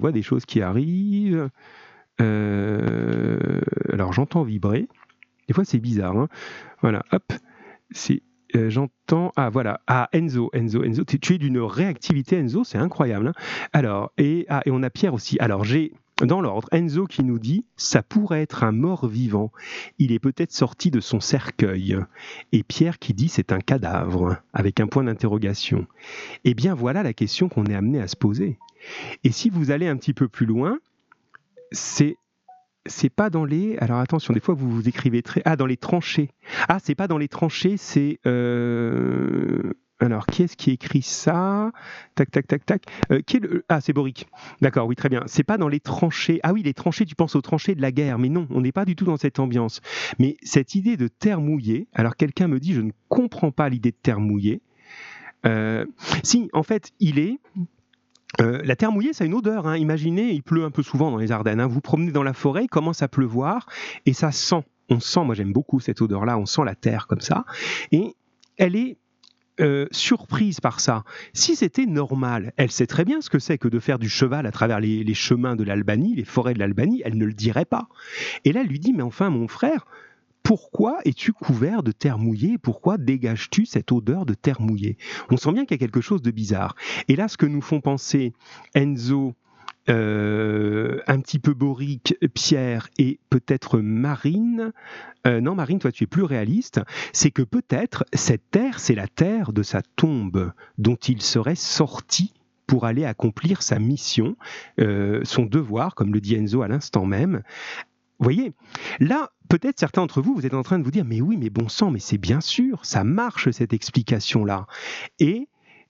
[SPEAKER 1] alors j'entends vibrer, des fois c'est bizarre, hein. Voilà, hop, j'entends, voilà, Enzo, tu es d'une réactivité, Enzo, c'est incroyable, hein. Alors, et on a Pierre aussi, alors j'ai... Dans l'ordre, Enzo qui nous dit « ça pourrait être un mort vivant, il est peut-être sorti de son cercueil ». Et Pierre qui dit « c'est un cadavre », avec un point d'interrogation. Eh bien voilà la question qu'on est amené à se poser. Et si vous allez un petit peu plus loin, c'est pas dans les... Alors attention, des fois vous écrivez très... Ah, dans les tranchées. Ah, c'est pas dans les tranchées, c'est... Alors, qui est-ce qui écrit ça ? Tac. C'est Boric. D'accord, oui, très bien. C'est pas dans les tranchées. Ah oui, les tranchées, tu penses aux tranchées de la guerre. Mais non, on n'est pas du tout dans cette ambiance. Mais cette idée de terre mouillée, alors quelqu'un me dit, je ne comprends pas l'idée de terre mouillée. Si, en fait, la terre mouillée, ça a une odeur. Hein. Imaginez, il pleut un peu souvent dans les Ardennes. Hein. Vous promenez dans la forêt, il commence à pleuvoir, et ça sent. On sent, moi j'aime beaucoup cette odeur-là, on sent la terre comme ça. Et elle est surprise par ça. Si c'était normal, elle sait très bien ce que c'est que de faire du cheval à travers les chemins de l'Albanie, les forêts de l'Albanie, elle ne le dirait pas. Et là, elle lui dit, mais enfin, mon frère, pourquoi es-tu couvert de terre mouillée ? Pourquoi dégages-tu cette odeur de terre mouillée ? On sent bien qu'il y a quelque chose de bizarre. Et là, ce que nous font penser Enzo, un petit peu Boric, Pierre et peut-être Marine. Non, Marine, toi tu es plus réaliste. C'est que peut-être cette terre, c'est la terre de sa tombe dont il serait sorti pour aller accomplir sa mission, son devoir, comme le dit Enzo à l'instant même. Vous voyez, là, peut-être certains d'entre vous, vous êtes en train de vous dire, mais oui, mais bon sang, mais c'est bien sûr, ça marche cette explication-là. Et...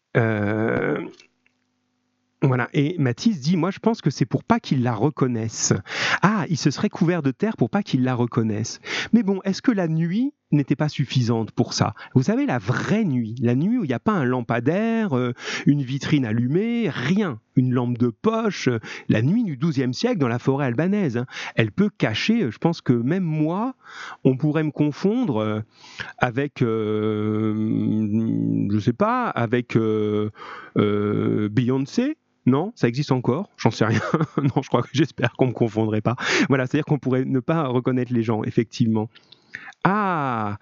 [SPEAKER 1] Voilà, et Mathis dit, moi je pense que c'est pour pas qu'ils la reconnaissent. Ah, il se serait couvert de terre pour pas qu'ils la reconnaissent. Mais bon, est-ce que la nuit, n'était pas suffisante pour ça. Vous savez, la vraie nuit, la nuit où il n'y a pas un lampadaire, une vitrine allumée, rien, une lampe de poche, la nuit du XIIe siècle dans la forêt albanaise, hein, elle peut cacher, je pense que même moi, on pourrait me confondre avec, je sais pas, avec Beyoncé. Non, ça existe encore, j'en sais rien. Non, j'espère qu'on ne me confondrait pas. Voilà, c'est-à-dire qu'on pourrait ne pas reconnaître les gens, effectivement. Ah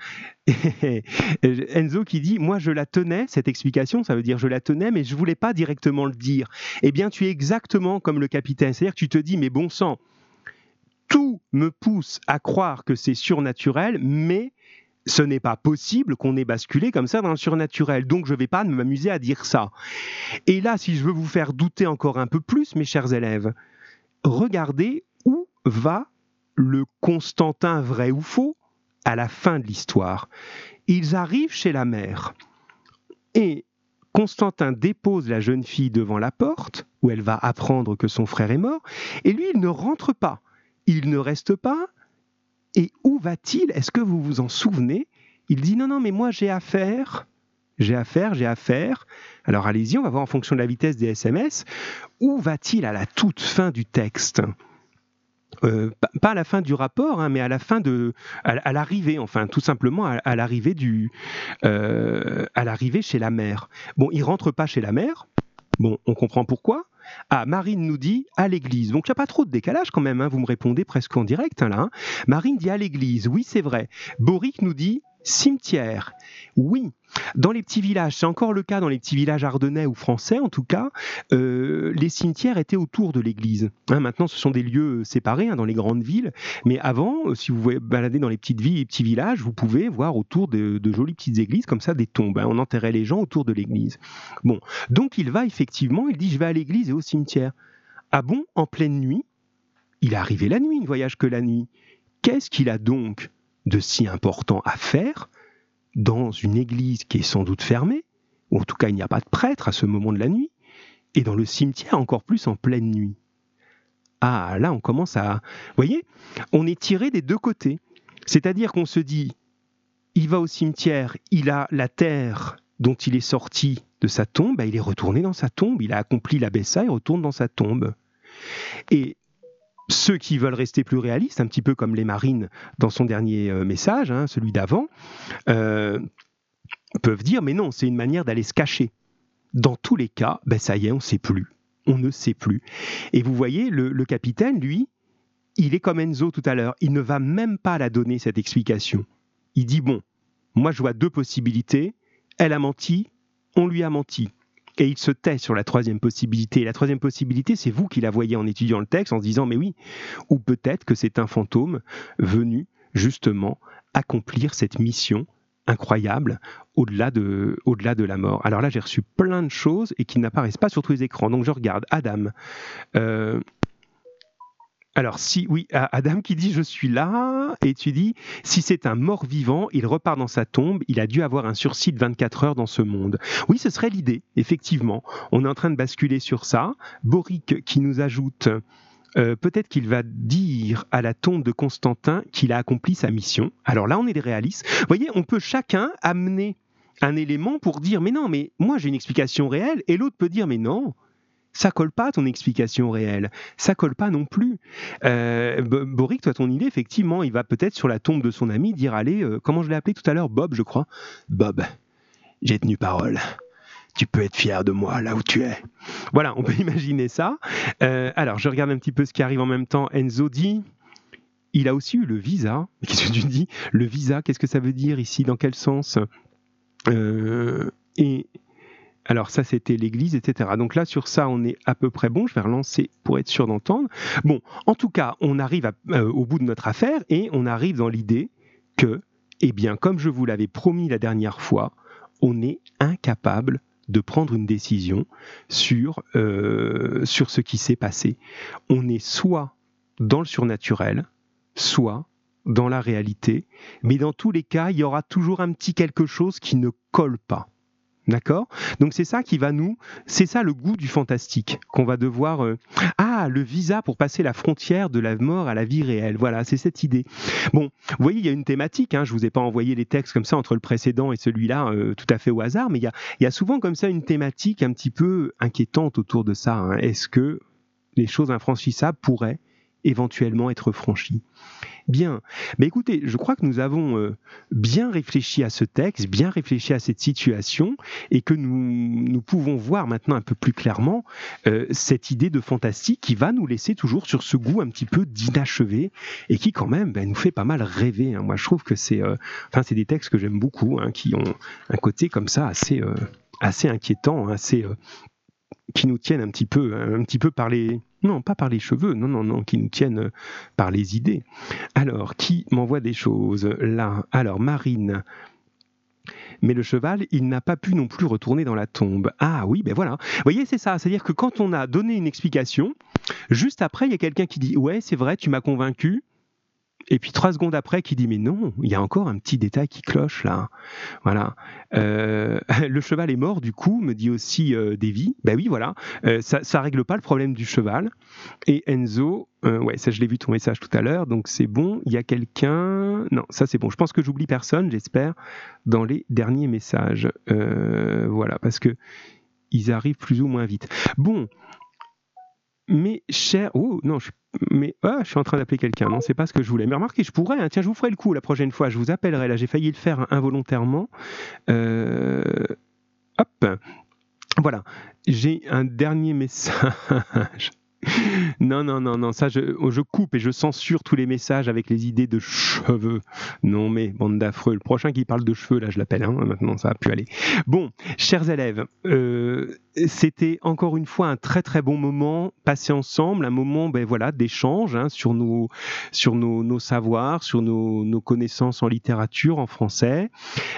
[SPEAKER 1] Enzo qui dit, moi je la tenais, cette explication, ça veut dire je la tenais, mais je voulais pas directement le dire. Eh bien, tu es exactement comme le capitaine, c'est-à-dire que tu te dis, mais bon sang, tout me pousse à croire que c'est surnaturel, mais ce n'est pas possible qu'on ait basculé comme ça dans le surnaturel, donc je ne vais pas m'amuser à dire ça. Et là, si je veux vous faire douter encore un peu plus, mes chers élèves, regardez où va le Constantin vrai ou faux à la fin de l'histoire. Ils arrivent chez la mère et Constantin dépose la jeune fille devant la porte où elle va apprendre que son frère est mort et lui, il ne rentre pas. Il ne reste pas. Et où va-t-il ? Est-ce que vous vous en souvenez ? Il dit non, mais moi j'ai affaire. Alors allez-y, on va voir en fonction de la vitesse des SMS. Où va-t-il à la toute fin du texte ? Pas à la fin du rapport, hein, mais à la fin à l'arrivée, enfin, tout simplement à l'arrivée chez la mère. Bon, il rentre pas chez la mère. Bon, on comprend pourquoi. Ah, Marine nous dit à l'église. Donc il n'y a pas trop de décalage quand même, hein, vous me répondez presque en direct, hein, là. Hein. Marine dit à l'église, oui c'est vrai. Boric nous dit cimetière. Oui, dans les petits villages, c'est encore le cas dans les petits villages ardennais ou français en tout cas, les cimetières étaient autour de l'église. Hein, maintenant ce sont des lieux séparés hein, dans les grandes villes, mais avant, si vous vous baladez dans les petites villes et petits villages, vous pouvez voir autour de jolies petites églises comme ça des tombes. Hein, on enterrait les gens autour de l'église. Bon, donc il va effectivement, il dit je vais à l'église et au cimetière. Ah bon, en pleine nuit ? Il est arrivé la nuit, il ne voyage que la nuit. Qu'est-ce qu'il a donc de si important à faire dans une église qui est sans doute fermée, ou en tout cas il n'y a pas de prêtre à ce moment de la nuit, et dans le cimetière encore plus en pleine nuit. Ah, là on commence à... Vous voyez, on est tiré des deux côtés. C'est-à-dire qu'on se dit, il va au cimetière, il a la terre dont il est sorti de sa tombe, il est retourné dans sa tombe, il a accompli l'abessa, il retourne dans sa tombe. Et ceux qui veulent rester plus réalistes, un petit peu comme les marines dans son dernier message, hein, celui d'avant, peuvent dire, mais non, c'est une manière d'aller se cacher. Dans tous les cas, ça y est, on ne sait plus. On ne sait plus. Et vous voyez, le capitaine, lui, il est comme Enzo tout à l'heure, il ne va même pas la donner, cette explication. Il dit, bon, moi je vois deux possibilités, elle a menti, on lui a menti. Et il se tait sur la troisième possibilité. Et la troisième possibilité, c'est vous qui la voyez en étudiant le texte, en se disant, mais oui, ou peut-être que c'est un fantôme venu justement accomplir cette mission incroyable au-delà de la mort. Alors là, j'ai reçu plein de choses et qui n'apparaissent pas sur tous les écrans. Donc je regarde. Adam. Alors, Adam qui dit « je suis là » et tu dis « si c'est un mort-vivant, il repart dans sa tombe, il a dû avoir un sursis de 24 heures dans ce monde ». Oui, ce serait l'idée, effectivement. On est en train de basculer sur ça. Boric qui nous ajoute peut-être qu'il va dire à la tombe de Constantin qu'il a accompli sa mission. Alors là, on est des réalistes. Vous voyez, on peut chacun amener un élément pour dire « mais non, mais moi j'ai une explication réelle » et l'autre peut dire « mais non ». Ça colle pas à ton explication réelle. Ça colle pas non plus. Boric, toi, ton idée, effectivement, il va peut-être sur la tombe de son ami dire, allez, comment je l'ai appelé tout à l'heure, Bob, je crois. Bob, j'ai tenu parole. Tu peux être fier de moi là où tu es. Voilà, on peut imaginer ça. Alors, je regarde un petit peu ce qui arrive en même temps. Enzo dit, il a aussi eu le visa. Qu'est-ce que tu dis ? Le visa, qu'est-ce que ça veut dire ici ? Dans quel sens ? Alors ça, c'était l'église, etc. Donc là, sur ça, on est à peu près bon. Je vais relancer pour être sûr d'entendre. Bon, en tout cas, on arrive au bout de notre affaire et on arrive dans l'idée que, eh bien, comme je vous l'avais promis la dernière fois, on est incapable de prendre une décision sur ce qui s'est passé. On est soit dans le surnaturel, soit dans la réalité, mais dans tous les cas, il y aura toujours un petit quelque chose qui ne colle pas. D'accord ? Donc c'est ça c'est ça le goût du fantastique qu'on va devoir. Le visa pour passer la frontière de la mort à la vie réelle. Voilà, c'est cette idée. Bon, vous voyez, il y a une thématique. Je vous ai pas envoyé les textes comme ça entre le précédent et celui-là tout à fait au hasard, mais il y a souvent comme ça une thématique un petit peu inquiétante autour de ça. Est-ce que les choses infranchissables pourraient éventuellement être franchies ? Bien, mais écoutez, je crois que nous avons bien réfléchi à ce texte, bien réfléchi à cette situation, et que nous pouvons voir maintenant un peu plus clairement cette idée de fantastique qui va nous laisser toujours sur ce goût un petit peu d'inachevé, et qui quand même nous fait pas mal rêver. Moi, je trouve que c'est des textes que j'aime beaucoup, qui ont un côté comme ça assez inquiétant, qui nous tiennent un petit peu par les... Non, pas par les cheveux, non, qui nous tiennent par les idées. Alors, qui m'envoie des choses là ? Alors, Marine. Mais le cheval, il n'a pas pu non plus retourner dans la tombe. Ah oui, ben voilà. Vous voyez, c'est ça. C'est-à-dire que quand on a donné une explication, juste après, il y a quelqu'un qui dit « Ouais, c'est vrai, tu m'as convaincu ». Et puis 3 secondes après, qui dit mais non, il y a encore un petit détail qui cloche là. Voilà. Le cheval est mort du coup, me dit aussi Davy. Ben oui, voilà. Ça règle pas le problème du cheval. Et Enzo, ça je l'ai vu ton message tout à l'heure, donc c'est bon. Il y a quelqu'un. Non, ça c'est bon. Je pense que j'oublie personne, j'espère, dans les derniers messages. Voilà, parce que ils arrivent plus ou moins vite. Bon. Mais cher... Oh, non, je suis en train d'appeler quelqu'un. Non, c'est pas ce que je voulais. Mais remarquez, je pourrais. Tiens, je vous ferai le coup la prochaine fois. Je vous appellerai. Là, j'ai failli le faire involontairement. Hop. Voilà. J'ai un dernier message. Non, ça je coupe et je censure tous les messages avec les idées de cheveux. Non mais, bande d'affreux, le prochain qui parle de cheveux, là je l'appelle, maintenant ça a pu aller. Bon, chers élèves, c'était encore une fois un très très bon moment passé ensemble, un moment d'échange sur nos savoirs, sur nos connaissances en littérature, en français.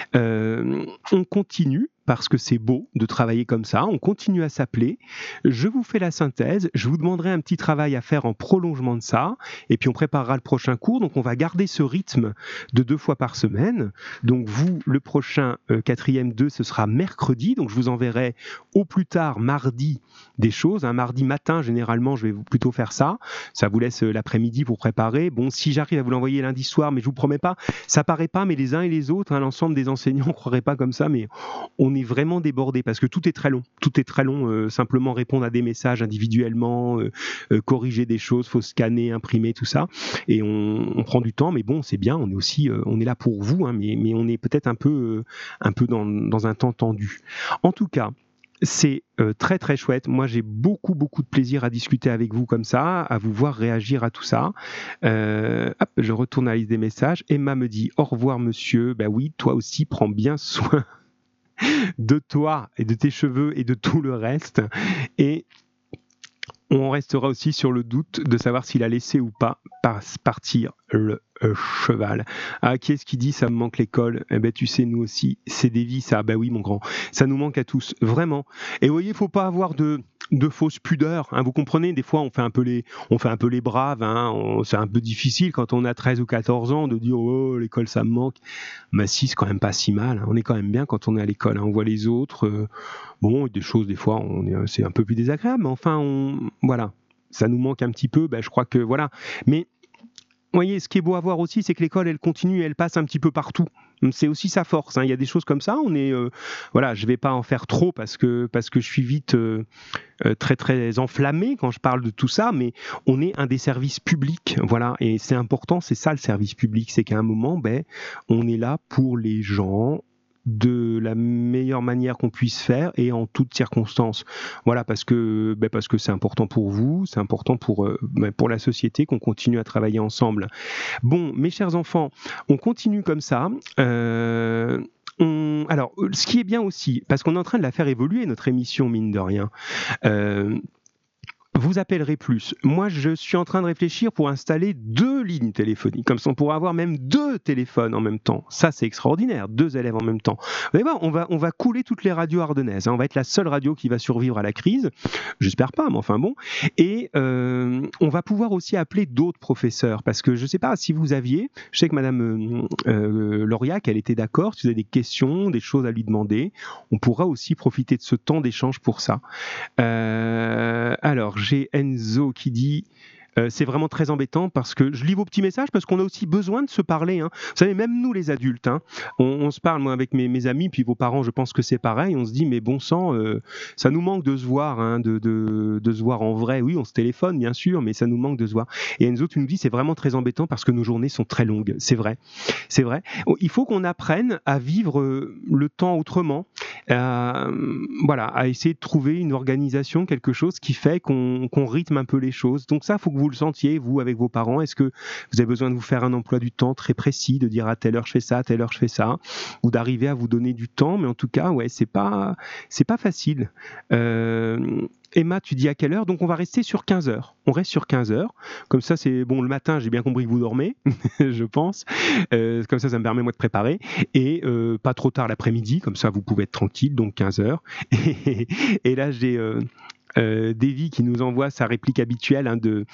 [SPEAKER 1] On continue, parce que c'est beau de travailler comme ça, on continue à s'appeler, je vous fais la synthèse, je vous demanderai un petit travail à faire en prolongement de ça, et puis on préparera le prochain cours, donc on va garder ce rythme de 2 fois par semaine, donc vous, le prochain 4e 2, ce sera mercredi, donc je vous enverrai au plus tard mardi des choses, un mardi matin généralement je vais plutôt faire ça vous laisse l'après-midi pour préparer, bon si j'arrive à vous l'envoyer lundi soir, mais je vous promets pas, ça paraît pas, mais les uns et les autres, l'ensemble des enseignants, on croirait pas comme ça, mais on est vraiment débordé parce que tout est très long, simplement répondre à des messages individuellement, corriger des choses, faut scanner, imprimer, tout ça, et on prend du temps, mais bon, c'est bien, on est aussi, on est là pour vous, mais on est peut-être un peu dans un temps tendu. En tout cas, c'est très très chouette. Moi, j'ai beaucoup de plaisir à discuter avec vous comme ça, à vous voir réagir à tout ça. Je retourne à la liste des messages. Emma me dit au revoir, monsieur. Ben oui, toi aussi, prends bien soin de toi et de tes cheveux et de tout le reste. Et on restera aussi sur le doute de savoir s'il a laissé ou pas partir le cheval. Ah, qui est-ce qui dit ça me manque l'école ? Eh ben tu sais, nous aussi, c'est des vies ça. Ben oui mon grand, ça nous manque à tous, vraiment. Et vous voyez, il faut pas avoir de fausses pudeurs, vous comprenez, des fois on fait un peu les braves, c'est un peu difficile quand on a 13 ou 14 ans de dire oh l'école ça me manque. Mais si, c'est quand même pas si mal, on est quand même bien quand on est à l'école, on voit les autres, des choses des fois c'est un peu plus désagréable, mais enfin voilà, ça nous manque un petit peu, je crois que voilà. Mais vous voyez, ce qui est beau à voir aussi, c'est que l'école, elle continue, elle passe un petit peu partout. C'est aussi sa force. Il y a des choses comme ça. Je vais pas en faire trop parce que je suis vite très très enflammé quand je parle de tout ça. Mais on est un des services publics, voilà. Et c'est important. C'est ça le service public, c'est qu'à un moment, on est là pour les gens de la meilleure manière qu'on puisse faire et en toutes circonstances. Voilà, parce que c'est important pour vous, c'est important pour la société qu'on continue à travailler ensemble. Bon, mes chers enfants, on continue comme ça. Alors, ce qui est bien aussi, parce qu'on est en train de la faire évoluer, notre émission, mine de rien, vous appellerez plus. Moi, je suis en train de réfléchir pour installer 2 lignes téléphoniques. Comme ça, on pourra avoir même 2 téléphones en même temps. Ça, c'est extraordinaire. 2 élèves en même temps. Vous allez voir, on va couler toutes les radios ardennaises. On va être la seule radio qui va survivre à la crise. J'espère pas, mais enfin bon. Et on va pouvoir aussi appeler d'autres professeurs. Parce que je ne sais pas si vous aviez... Je sais que Madame Lauriac, elle était d'accord. Si vous avez des questions, des choses à lui demander, on pourra aussi profiter de ce temps d'échange pour ça. Alors, j'ai Enzo qui dit c'est vraiment très embêtant parce que je lis vos petits messages parce qu'on a aussi besoin de se parler. Hein. Vous savez, même nous les adultes, hein, on se parle, moi avec mes amis, puis vos parents, je pense que c'est pareil. On se dit, mais bon sang, ça nous manque de se voir, hein, de se voir en vrai. Oui, on se téléphone, bien sûr, mais ça nous manque de se voir. Et Enzo, tu nous dis, c'est vraiment très embêtant parce que nos journées sont très longues. C'est vrai, c'est vrai. Il faut qu'on apprenne à vivre le temps autrement. Voilà, à essayer de trouver une organisation, quelque chose qui fait qu'on rythme un peu les choses. Donc ça, il faut que vous le sentiez, vous, avec vos parents. Est-ce que vous avez besoin de vous faire un emploi du temps très précis, de dire à telle heure je fais ça, à telle heure je fais ça, ou d'arriver à vous donner du temps? Mais en tout cas, ouais, c'est pas facile. Emma, tu dis à quelle heure? Donc on va rester sur 15 heures. On reste sur 15 heures. Comme ça, c'est bon, le matin, j'ai bien compris que vous dormez, je pense. Comme ça me permet moi de préparer. Et pas trop tard l'après-midi, comme ça vous pouvez être tranquille, donc 15 heures. Et là, j'ai... Davy qui nous envoie sa réplique habituelle du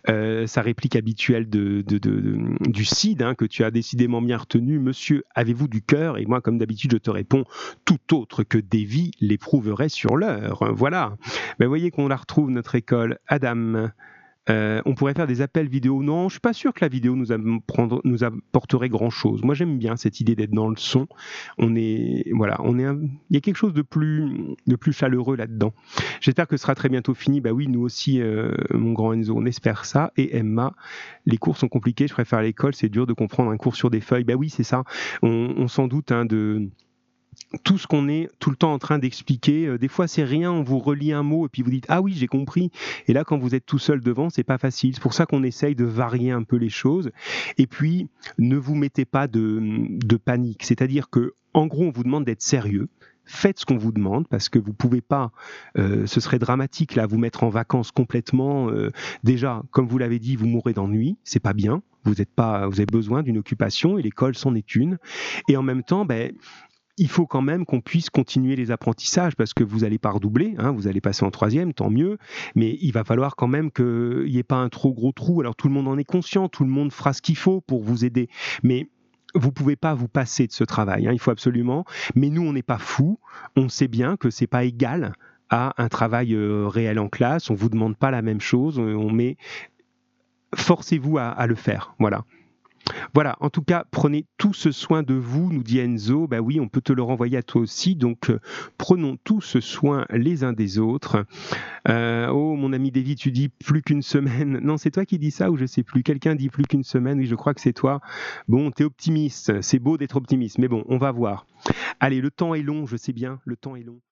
[SPEAKER 1] CID, hein, que tu as décidément bien retenu. Monsieur, avez-vous du cœur? Et moi, comme d'habitude, je te réponds, tout autre que Davy l'éprouverait sur l'heure. Voilà. Ben, voyez qu'on la retrouve, notre école. Adam. On pourrait faire des appels vidéo. Non, je suis pas sûr que la vidéo nous apporterait grand-chose. Moi, j'aime bien cette idée d'être dans le son. Il y a quelque chose de plus chaleureux là-dedans. J'espère que ce sera très bientôt fini. Bah oui, nous aussi, mon grand Enzo, on espère ça. Et Emma, les cours sont compliqués. Je préfère l'école. C'est dur de comprendre un cours sur des feuilles. Bah oui, c'est ça. On s'en doute, hein, de tout ce qu'on est tout le temps en train d'expliquer. Des fois, c'est rien, on vous relit un mot et puis vous dites « Ah oui, j'ai compris ». Et là, quand vous êtes tout seul devant, c'est pas facile. C'est pour ça qu'on essaye de varier un peu les choses. Et puis, ne vous mettez pas de panique. C'est-à-dire que, en gros, on vous demande d'être sérieux. Faites ce qu'on vous demande parce que vous pouvez pas, ce serait dramatique là, vous mettre en vacances complètement. Déjà, comme vous l'avez dit, vous mourrez d'ennui, c'est pas bien. Vous avez besoin d'une occupation et l'école c'en est une. Et en même temps, il faut quand même qu'on puisse continuer les apprentissages parce que vous n'allez pas redoubler, hein, vous allez passer en 3e, tant mieux, mais il va falloir quand même qu'il n'y ait pas un trop gros trou. Alors tout le monde en est conscient, tout le monde fera ce qu'il faut pour vous aider, mais vous pouvez pas vous passer de ce travail, hein, il faut absolument. Mais nous, on n'est pas fous, on sait bien que c'est pas égal à un travail réel en classe, on vous demande pas la même chose, forcez-vous à le faire, voilà. Voilà, en tout cas, prenez tout ce soin de vous, nous dit Enzo. Bah oui, on peut te le renvoyer à toi aussi, donc prenons tout ce soin les uns des autres. Oh, mon ami David, tu dis plus qu'une semaine. Non, c'est toi qui dis ça ou je sais plus. Quelqu'un dit plus qu'une semaine, oui, je crois que c'est toi. Bon, t'es optimiste, c'est beau d'être optimiste, mais bon, on va voir. Allez, le temps est long, je sais bien, le temps est long.